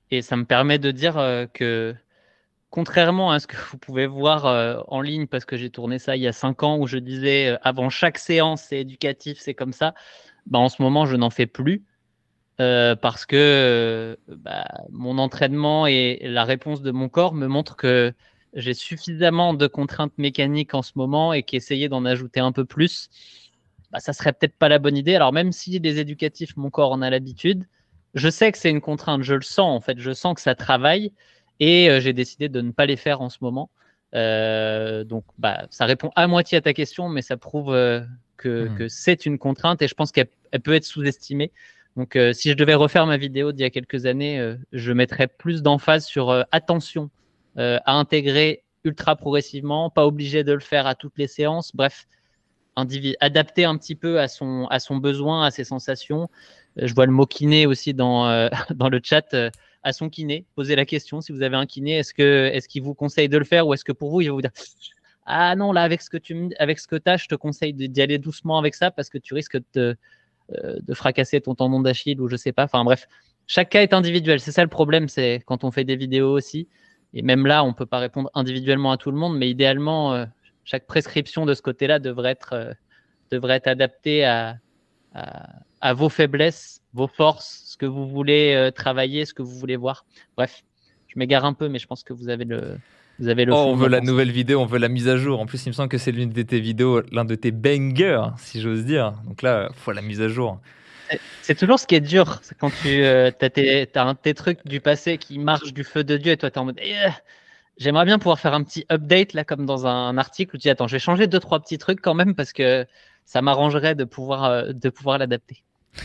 Et ça me permet de dire que, contrairement à ce que vous pouvez voir en ligne, parce que j'ai tourné ça il y a 5 ans, où je disais avant chaque séance, c'est éducatif, c'est comme ça, bah, en ce moment, je n'en fais plus. Parce que mon entraînement et la réponse de mon corps me montrent que j'ai suffisamment de contraintes mécaniques en ce moment et qu'essayer d'en ajouter un peu plus, ça serait peut-être pas la bonne idée. Alors même si les éducatifs, mon corps en a l'habitude, je sais que c'est une contrainte, je le sens en fait, je sens que ça travaille et j'ai décidé de ne pas les faire en ce moment. Donc ça répond à moitié à ta question, mais ça prouve que c'est une contrainte et je pense qu'elle peut être sous-estimée. Donc, si je devais refaire ma vidéo d'il y a quelques années, je mettrais plus d'emphase sur attention à intégrer ultra progressivement, pas obligé de le faire à toutes les séances. Bref, adapter un petit peu à son besoin, à ses sensations. Je vois le mot kiné aussi dans, dans le chat. À son kiné, posez la question si vous avez un kiné, est-ce qu'il vous conseille de le faire ou est-ce que pour vous, il va vous dire ah non, là, avec ce que tu as, je te conseille d'y aller doucement avec ça parce que tu risques de fracasser ton tendon d'Achille ou je sais pas. Enfin bref, chaque cas est individuel. C'est ça le problème, c'est quand on fait des vidéos aussi. Et même là, on peut pas répondre individuellement à tout le monde, mais idéalement, chaque prescription de ce côté-là devrait être adaptée à vos faiblesses, vos forces, ce que vous voulez travailler, ce que vous voulez voir. Bref, je m'égare un peu, mais je pense que vous avez le fond. On veut la nouvelle vidéo, on veut la mise à jour. En plus, il me semble que c'est l'une de tes vidéos, l'un de tes bangers, si j'ose dire. Donc là, il faut la mise à jour. C'est toujours ce qui est dur, c'est quand tu as un de tes trucs du passé qui marche du feu de Dieu et toi, tu es en mode j'aimerais bien pouvoir faire un petit update, là, comme dans un article où tu dis attends, je vais changer 2-3 petits trucs quand même parce que ça m'arrangerait de pouvoir l'adapter.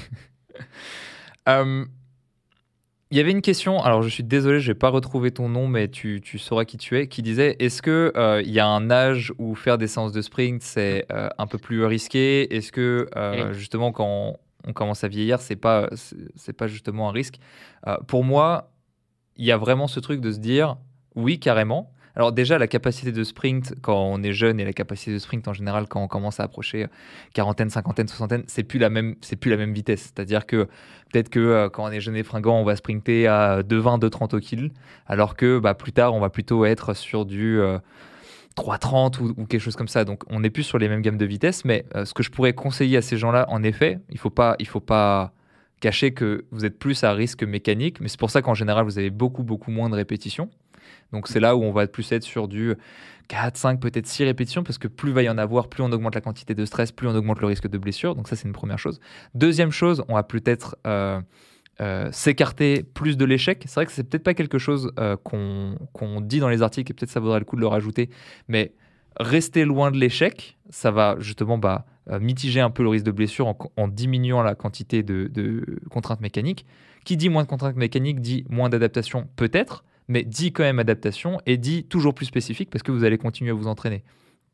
Il y avait une question, alors je suis désolé, je n'ai pas retrouvé ton nom, mais tu sauras qui tu es, qui disait est-ce qu'il y a un âge où faire des séances de sprint, c'est un peu plus risqué? Est-ce que justement, quand on commence à vieillir, c'est pas justement un risque? Pour moi, il y a vraiment ce truc de se dire oui, carrément. Alors déjà, la capacité de sprint quand on est jeune et la capacité de sprint en général quand on commence à approcher quarantaine, cinquantaine, soixantaine, c'est plus la même vitesse. C'est-à-dire que peut-être que quand on est jeune et fringant, on va sprinter à 2,20, 2,30 au kill, alors que plus tard, on va plutôt être sur du 3,30 ou quelque chose comme ça. Donc on n'est plus sur les mêmes gammes de vitesse, mais ce que je pourrais conseiller à ces gens-là, en effet, il faut pas cacher que vous êtes plus à risque mécanique, mais c'est pour ça qu'en général, vous avez beaucoup, beaucoup moins de répétitions. Donc c'est là où on va plus être sur du 4, 5, peut-être 6 répétitions, parce que plus il va y en avoir, plus on augmente la quantité de stress, plus on augmente le risque de blessure. Donc ça, c'est une première chose. Deuxième chose, on va peut-être s'écarter plus de l'échec. C'est vrai que c'est peut-être pas quelque chose qu'on dit dans les articles, et peut-être ça vaudrait le coup de le rajouter, mais rester loin de l'échec, ça va justement mitiger un peu le risque de blessure en diminuant la quantité de contraintes mécaniques. Qui dit moins de contraintes mécaniques dit moins d'adaptation peut-être, mais dit quand même adaptation et dit toujours plus spécifique parce que vous allez continuer à vous entraîner.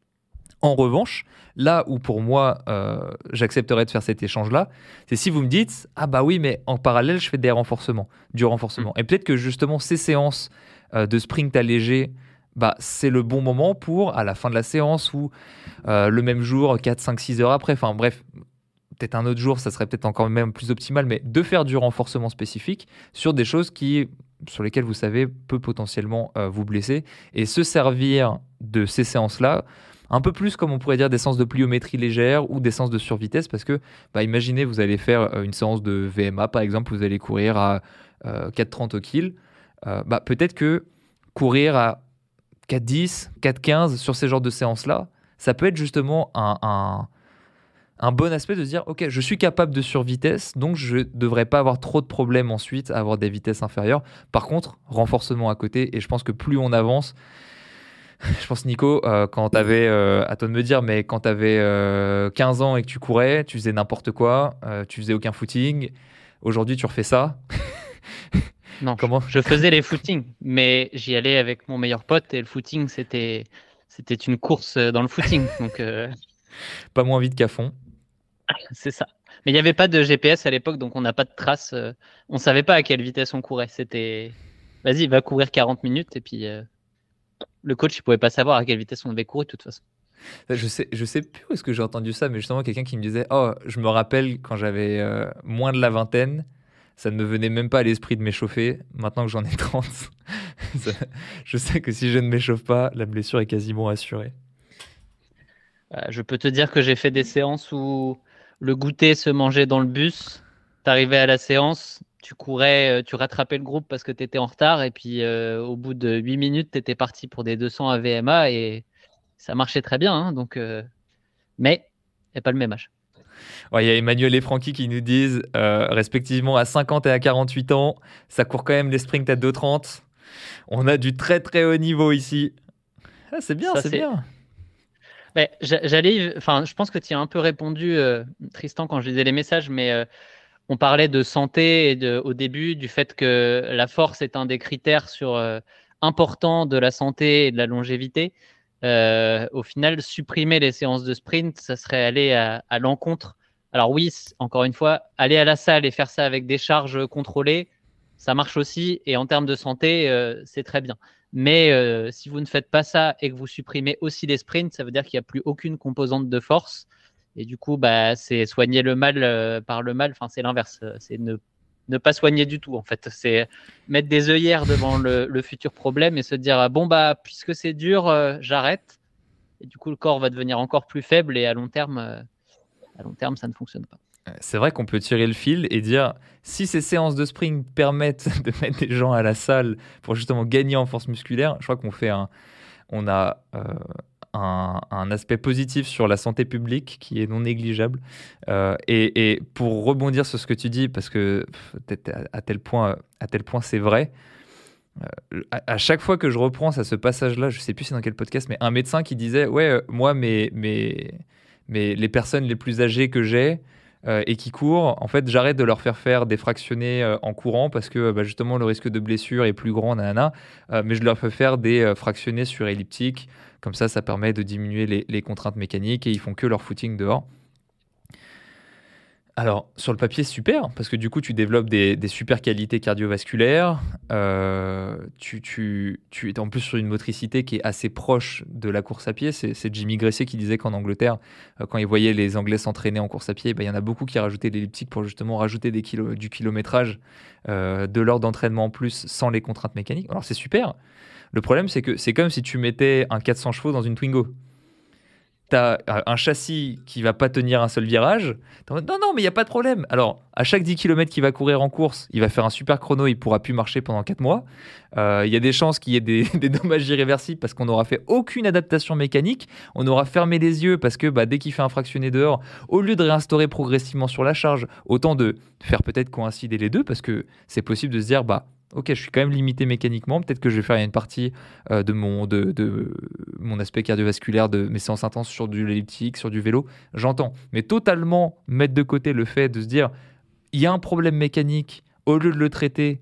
En revanche, là où pour moi, j'accepterais de faire cet échange-là, c'est si vous me dites « Ah bah oui, mais en parallèle, je fais du renforcement. » Et peut-être que justement, ces séances de sprint allégé, c'est le bon moment pour, à la fin de la séance ou le même jour, 4, 5, 6 heures après, enfin bref, peut-être un autre jour, ça serait peut-être encore même plus optimal, mais de faire du renforcement spécifique sur des choses sur lesquelles vous savez peut potentiellement vous blesser et se servir de ces séances-là un peu plus comme on pourrait dire des séances de pliométrie légère ou des séances de survitesse parce que imaginez vous allez faire une séance de VMA par exemple, vous allez courir à 4,30 au kill, peut-être que courir à 4,10, 4,15 sur ces genres de séances-là, ça peut être justement un bon aspect de se dire ok, je suis capable de survitesse, donc je ne devrais pas avoir trop de problèmes ensuite à avoir des vitesses inférieures. Par contre, renforcement à côté, et je pense que plus on avance, je pense Nico, quand tu avais, à toi de me dire, mais quand tu avais 15 ans et que tu courais, tu faisais n'importe quoi, tu faisais aucun footing, aujourd'hui tu refais ça. Non, je faisais les footings, mais j'y allais avec mon meilleur pote et le footing c'était une course dans le footing, donc pas moins vite qu'à fond. C'est ça. Mais il n'y avait pas de GPS à l'époque, donc on n'a pas de traces. On ne savait pas à quelle vitesse on courait. C'était, vas-y, va courir 40 minutes. Et puis, le coach, il ne pouvait pas savoir à quelle vitesse on devait courir de toute façon. Je sais plus où est-ce que j'ai entendu ça, mais justement, quelqu'un qui me disait « Oh, je me rappelle quand j'avais moins de la vingtaine, ça ne me venait même pas à l'esprit de m'échauffer. Maintenant que j'en ai 30, je sais que si je ne m'échauffe pas, la blessure est quasiment assurée. Je peux te dire que j'ai fait des séances où le goûter se mangeait dans le bus. Tu arrivais à la séance, tu courais, tu rattrapais le groupe parce que tu étais en retard. Et puis, au bout de 8 minutes, tu étais parti pour des 200 à VMA et ça marchait très bien. Hein, donc, mais il n'y a pas le même âge. Ouais, il y a Emmanuel et Francky qui nous disent, respectivement, à 50 et à 48 ans, ça court quand même les sprints à 2,30. On a du très très haut niveau ici. Ah, c'est bien, Ça, c'est bien. Mais je pense que tu y as un peu répondu, Tristan, quand je lisais les messages, mais on parlait de santé au début, du fait que la force est un des critères importants de la santé et de la longévité. Au final, supprimer les séances de sprint, ça serait aller à l'encontre. Alors oui, encore une fois, aller à la salle et faire ça avec des charges contrôlées, ça marche aussi. Et en termes de santé, c'est très bien. Mais si vous ne faites pas ça et que vous supprimez aussi les sprints, ça veut dire qu'il n'y a plus aucune composante de force. Et du coup, c'est soigner le mal par le mal. Enfin, c'est l'inverse. C'est ne pas soigner du tout, en fait. C'est mettre des œillères devant le futur problème et se dire, puisque c'est dur, j'arrête. Et du coup, le corps va devenir encore plus faible et à long terme, ça ne fonctionne pas. C'est vrai qu'on peut tirer le fil et dire si ces séances de sprint permettent de mettre des gens à la salle pour justement gagner en force musculaire, je crois on a un aspect positif sur la santé publique qui est non négligeable. Et pour rebondir sur ce que tu dis, parce que à tel point c'est vrai. À chaque fois que je reprends ce passage-là, je sais plus c'est dans quel podcast, mais un médecin qui disait moi les personnes les plus âgées que j'ai et qui courent, en fait, j'arrête de leur faire des fractionnés en courant parce que justement le risque de blessure est plus grand, mais je leur fais faire des fractionnés sur elliptique. Comme ça permet de diminuer les contraintes mécaniques et ils font que leur footing dehors. Alors, sur le papier, super, parce que du coup, tu développes des super qualités cardiovasculaires. Tu es en plus sur une motricité qui est assez proche de la course à pied. C'est Jimmy Gressier qui disait qu'en Angleterre, quand il voyait les Anglais s'entraîner en course à pied, il y en a beaucoup qui rajoutaient l'elliptique pour justement rajouter du kilométrage, de l'heure d'entraînement en plus, sans les contraintes mécaniques. Alors, c'est super. Le problème, c'est que c'est comme si tu mettais un 400 chevaux dans une Twingo. Tu as un châssis qui va pas tenir un seul virage. Non, mais il n'y a pas de problème. Alors, à chaque 10 km qu'il va courir en course, il va faire un super chrono, il pourra plus marcher pendant 4 mois. Il y a des chances qu'il y ait des dommages irréversibles parce qu'on n'aura fait aucune adaptation mécanique. On aura fermé les yeux parce que dès qu'il fait un fractionné dehors, au lieu de réinstaurer progressivement sur la charge, autant de faire peut-être coïncider les deux parce que c'est possible de se dire, ok, je suis quand même limité mécaniquement. Peut-être que je vais faire une partie de mon aspect cardiovasculaire, de mes séances intenses sur du elliptique, sur du vélo. J'entends. Mais totalement mettre de côté le fait de se dire il y a un problème mécanique, au lieu de le traiter,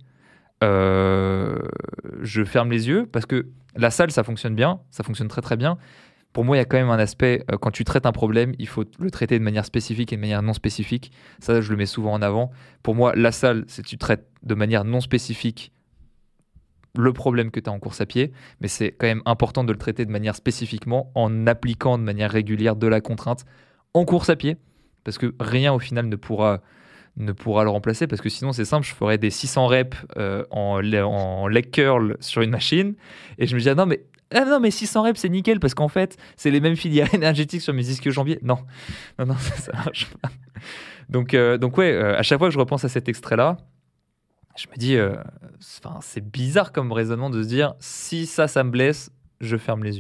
je ferme les yeux parce que la salle, ça fonctionne bien. Ça fonctionne très très bien. Pour moi, il y a quand même un aspect, quand tu traites un problème, il faut le traiter de manière spécifique et de manière non spécifique. Ça, je le mets souvent en avant. Pour moi, la salle, c'est tu traites de manière non spécifique le problème que tu as en course à pied, mais c'est quand même important de le traiter de manière spécifiquement en appliquant de manière régulière de la contrainte en course à pied, parce que rien au final ne pourra le remplacer, parce que sinon c'est simple, je ferais des 600 reps en leg curl sur une machine, et je me dis non mais 600 reps c'est nickel parce qu'en fait c'est les mêmes filières énergétiques sur mes ischio-jambiers. Non, ça marche pas. Donc à chaque fois que je repense à cet extrait là, je me dis c'est bizarre comme raisonnement de se dire si ça me blesse, je ferme les yeux.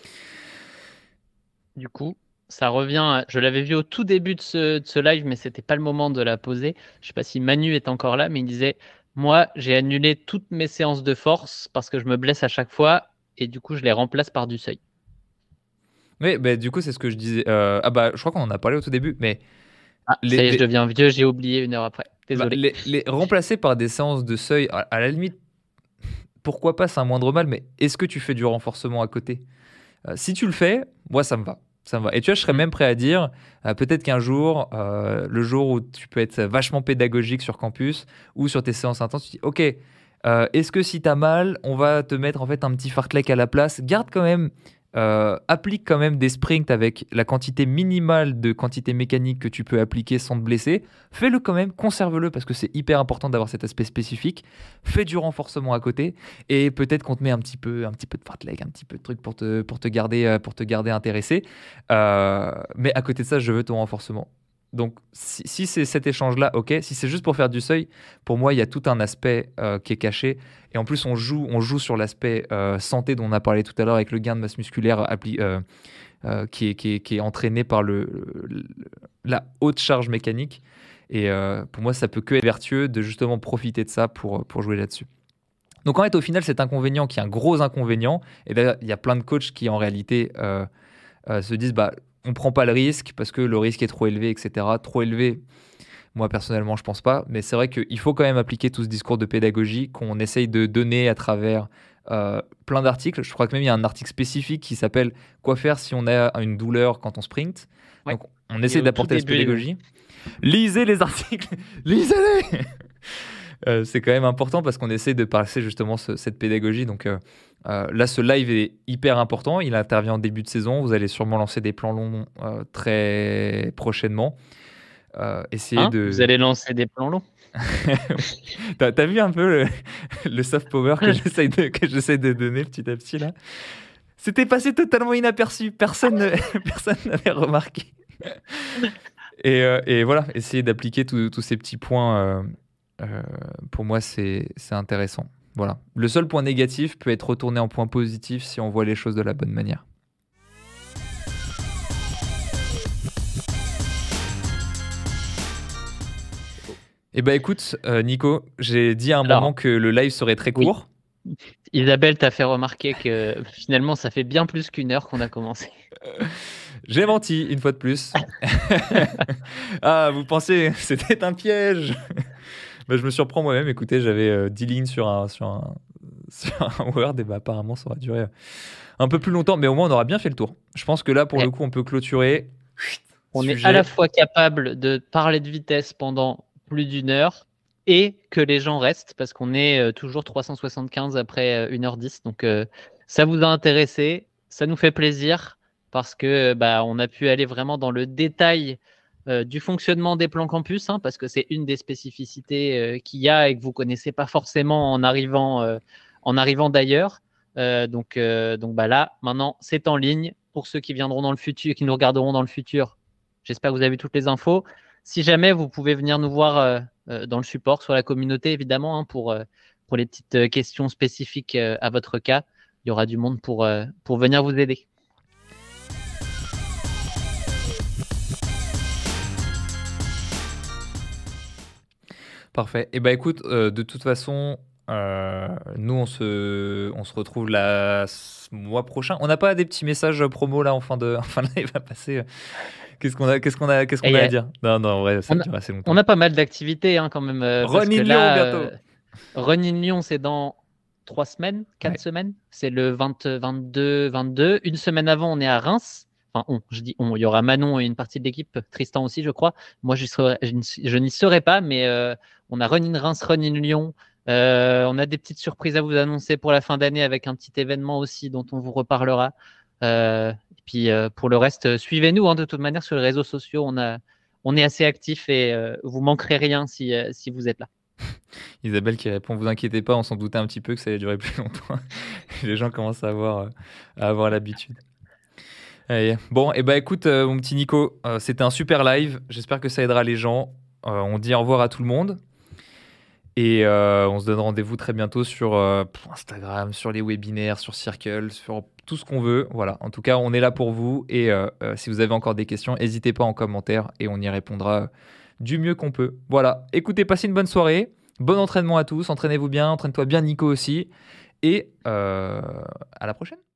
Du coup, ça revient, je l'avais vu au tout début de ce live, mais c'était pas le moment de la poser. Je sais pas si Manu est encore là, mais il disait moi j'ai annulé toutes mes séances de force parce que je me blesse à chaque fois. Et du coup, je les remplace par du seuil. Oui, du coup, c'est ce que je disais. Je crois qu'on en a parlé au tout début, mais... ça y est, je deviens vieux, j'ai oublié 1 heure après. Désolé. Les remplacer par des séances de seuil, à la limite, pourquoi pas, c'est un moindre mal, mais est-ce que tu fais du renforcement à côté ? Si tu le fais, moi, ça me va. Et tu vois, je serais même prêt à dire, peut-être qu'un jour, le jour où tu peux être vachement pédagogique sur campus ou sur tes séances intenses, tu dis, ok, est-ce que si t'as mal, on va te mettre en fait un petit fartlek à la place. Garde quand même applique quand même des sprints avec la quantité minimale de quantité mécanique que tu peux appliquer sans te blesser. Fais-le quand même, conserve-le parce que c'est hyper important d'avoir cet aspect spécifique. Fais du renforcement à côté et peut-être qu'on te met un petit peu de fartlek, un petit peu de truc pour te garder intéressé. Mais à côté de ça, je veux ton renforcement. Donc, si c'est cet échange-là, ok. Si c'est juste pour faire du seuil, pour moi, il y a tout un aspect qui est caché. Et en plus, on joue sur l'aspect santé dont on a parlé tout à l'heure avec le gain de masse musculaire qui est entraîné par la haute charge mécanique. Et pour moi, ça peut que être vertueux de justement profiter de ça pour jouer là-dessus. Donc, en fait, au final, cet inconvénient qui est un gros inconvénient, et d'ailleurs, il y a plein de coachs qui, en réalité, se disent on ne prend pas le risque parce que le risque est trop élevé, etc. Trop élevé, moi personnellement, je ne pense pas. Mais c'est vrai qu'il faut quand même appliquer tout ce discours de pédagogie qu'on essaye de donner à travers plein d'articles. Je crois que même il y a un article spécifique qui s'appelle « Quoi faire si on a une douleur quand on sprint ?» Ouais. Donc, on essaie d'apporter cette pédagogie. Lisez les articles, lisez-les. C'est quand même important parce qu'on essaie de passer justement cette pédagogie. Donc là, ce live est hyper important. Il intervient en début de saison. Vous allez sûrement lancer des plans longs très prochainement. Vous allez lancer des plans longs. T'as vu un peu le soft power que j'essaie de donner petit à petit là. C'était passé totalement inaperçu. Personne n'avait remarqué. Et voilà, essayer d'appliquer tous ces petits points. Pour moi, c'est intéressant. Voilà. Le seul point négatif peut être retourné en point positif si on voit les choses de la bonne manière. Eh ben écoute, Nico, j'ai dit à un moment que le live serait très court. Oui. Isabelle t'a fait remarquer que finalement, ça fait bien plus qu'1 heure qu'on a commencé. J'ai menti une fois de plus. Ah, vous pensez c'était un piège? Je me surprends moi-même. Écoutez, j'avais 10 lignes sur un Word et apparemment ça aura duré un peu plus longtemps, mais au moins on aura bien fait le tour. Je pense que là, pour le coup, on peut clôturer. On est à la fois capable de parler de vitesse pendant plus d'1 heure et que les gens restent parce qu'on est toujours 375 après 1h10. Donc ça vous a intéressé, ça nous fait plaisir parce que on a pu aller vraiment dans le détail du fonctionnement des plans campus, parce que c'est une des spécificités qu'il y a et que vous connaissez pas forcément en arrivant d'ailleurs. Donc là, maintenant, c'est en ligne pour ceux qui viendront dans le futur, qui nous regarderont dans le futur. J'espère que vous avez toutes les infos. Si jamais, vous pouvez venir nous voir dans le support, sur la communauté, évidemment, pour les petites questions spécifiques à votre cas. Il y aura du monde pour venir vous aider. Parfait. Et écoute, de toute façon, nous, on se retrouve mois prochain. On n'a pas des petits messages promo là en fin de live à passer. Qu'est-ce qu'on a à dire? Non, en vrai, ça dure assez longtemps. On a pas mal d'activités quand même. Run in Lyon bientôt. Run in Lyon, c'est dans 3 semaines, 4 semaines. C'est le 22. Une semaine avant, on est à Reims. Enfin, il y aura Manon et une partie de l'équipe, Tristan aussi, je crois. Moi, je n'y serai pas, mais on a Run in Reims, Run in Lyon. On a des petites surprises à vous annoncer pour la fin d'année avec un petit événement aussi dont on vous reparlera. Et puis pour le reste, suivez-nous de toute manière sur les réseaux sociaux. On est assez actifs et vous manquerez rien si vous êtes là. Isabelle qui répond, vous inquiétez pas, on s'en doutait un petit peu que ça allait durer plus longtemps. Les gens commencent à avoir l'habitude. Allez. Bon, écoute, mon petit Nico, c'était un super live. J'espère que ça aidera les gens. On dit au revoir à tout le monde. Et on se donne rendez-vous très bientôt sur Instagram, sur les webinaires, sur Circle, sur tout ce qu'on veut. Voilà. En tout cas, on est là pour vous. Et si vous avez encore des questions, n'hésitez pas en commentaire et on y répondra du mieux qu'on peut. Voilà. Écoutez, passez une bonne soirée. Bon entraînement à tous. Entraînez-vous bien. Entraîne-toi bien, Nico aussi. Et à la prochaine.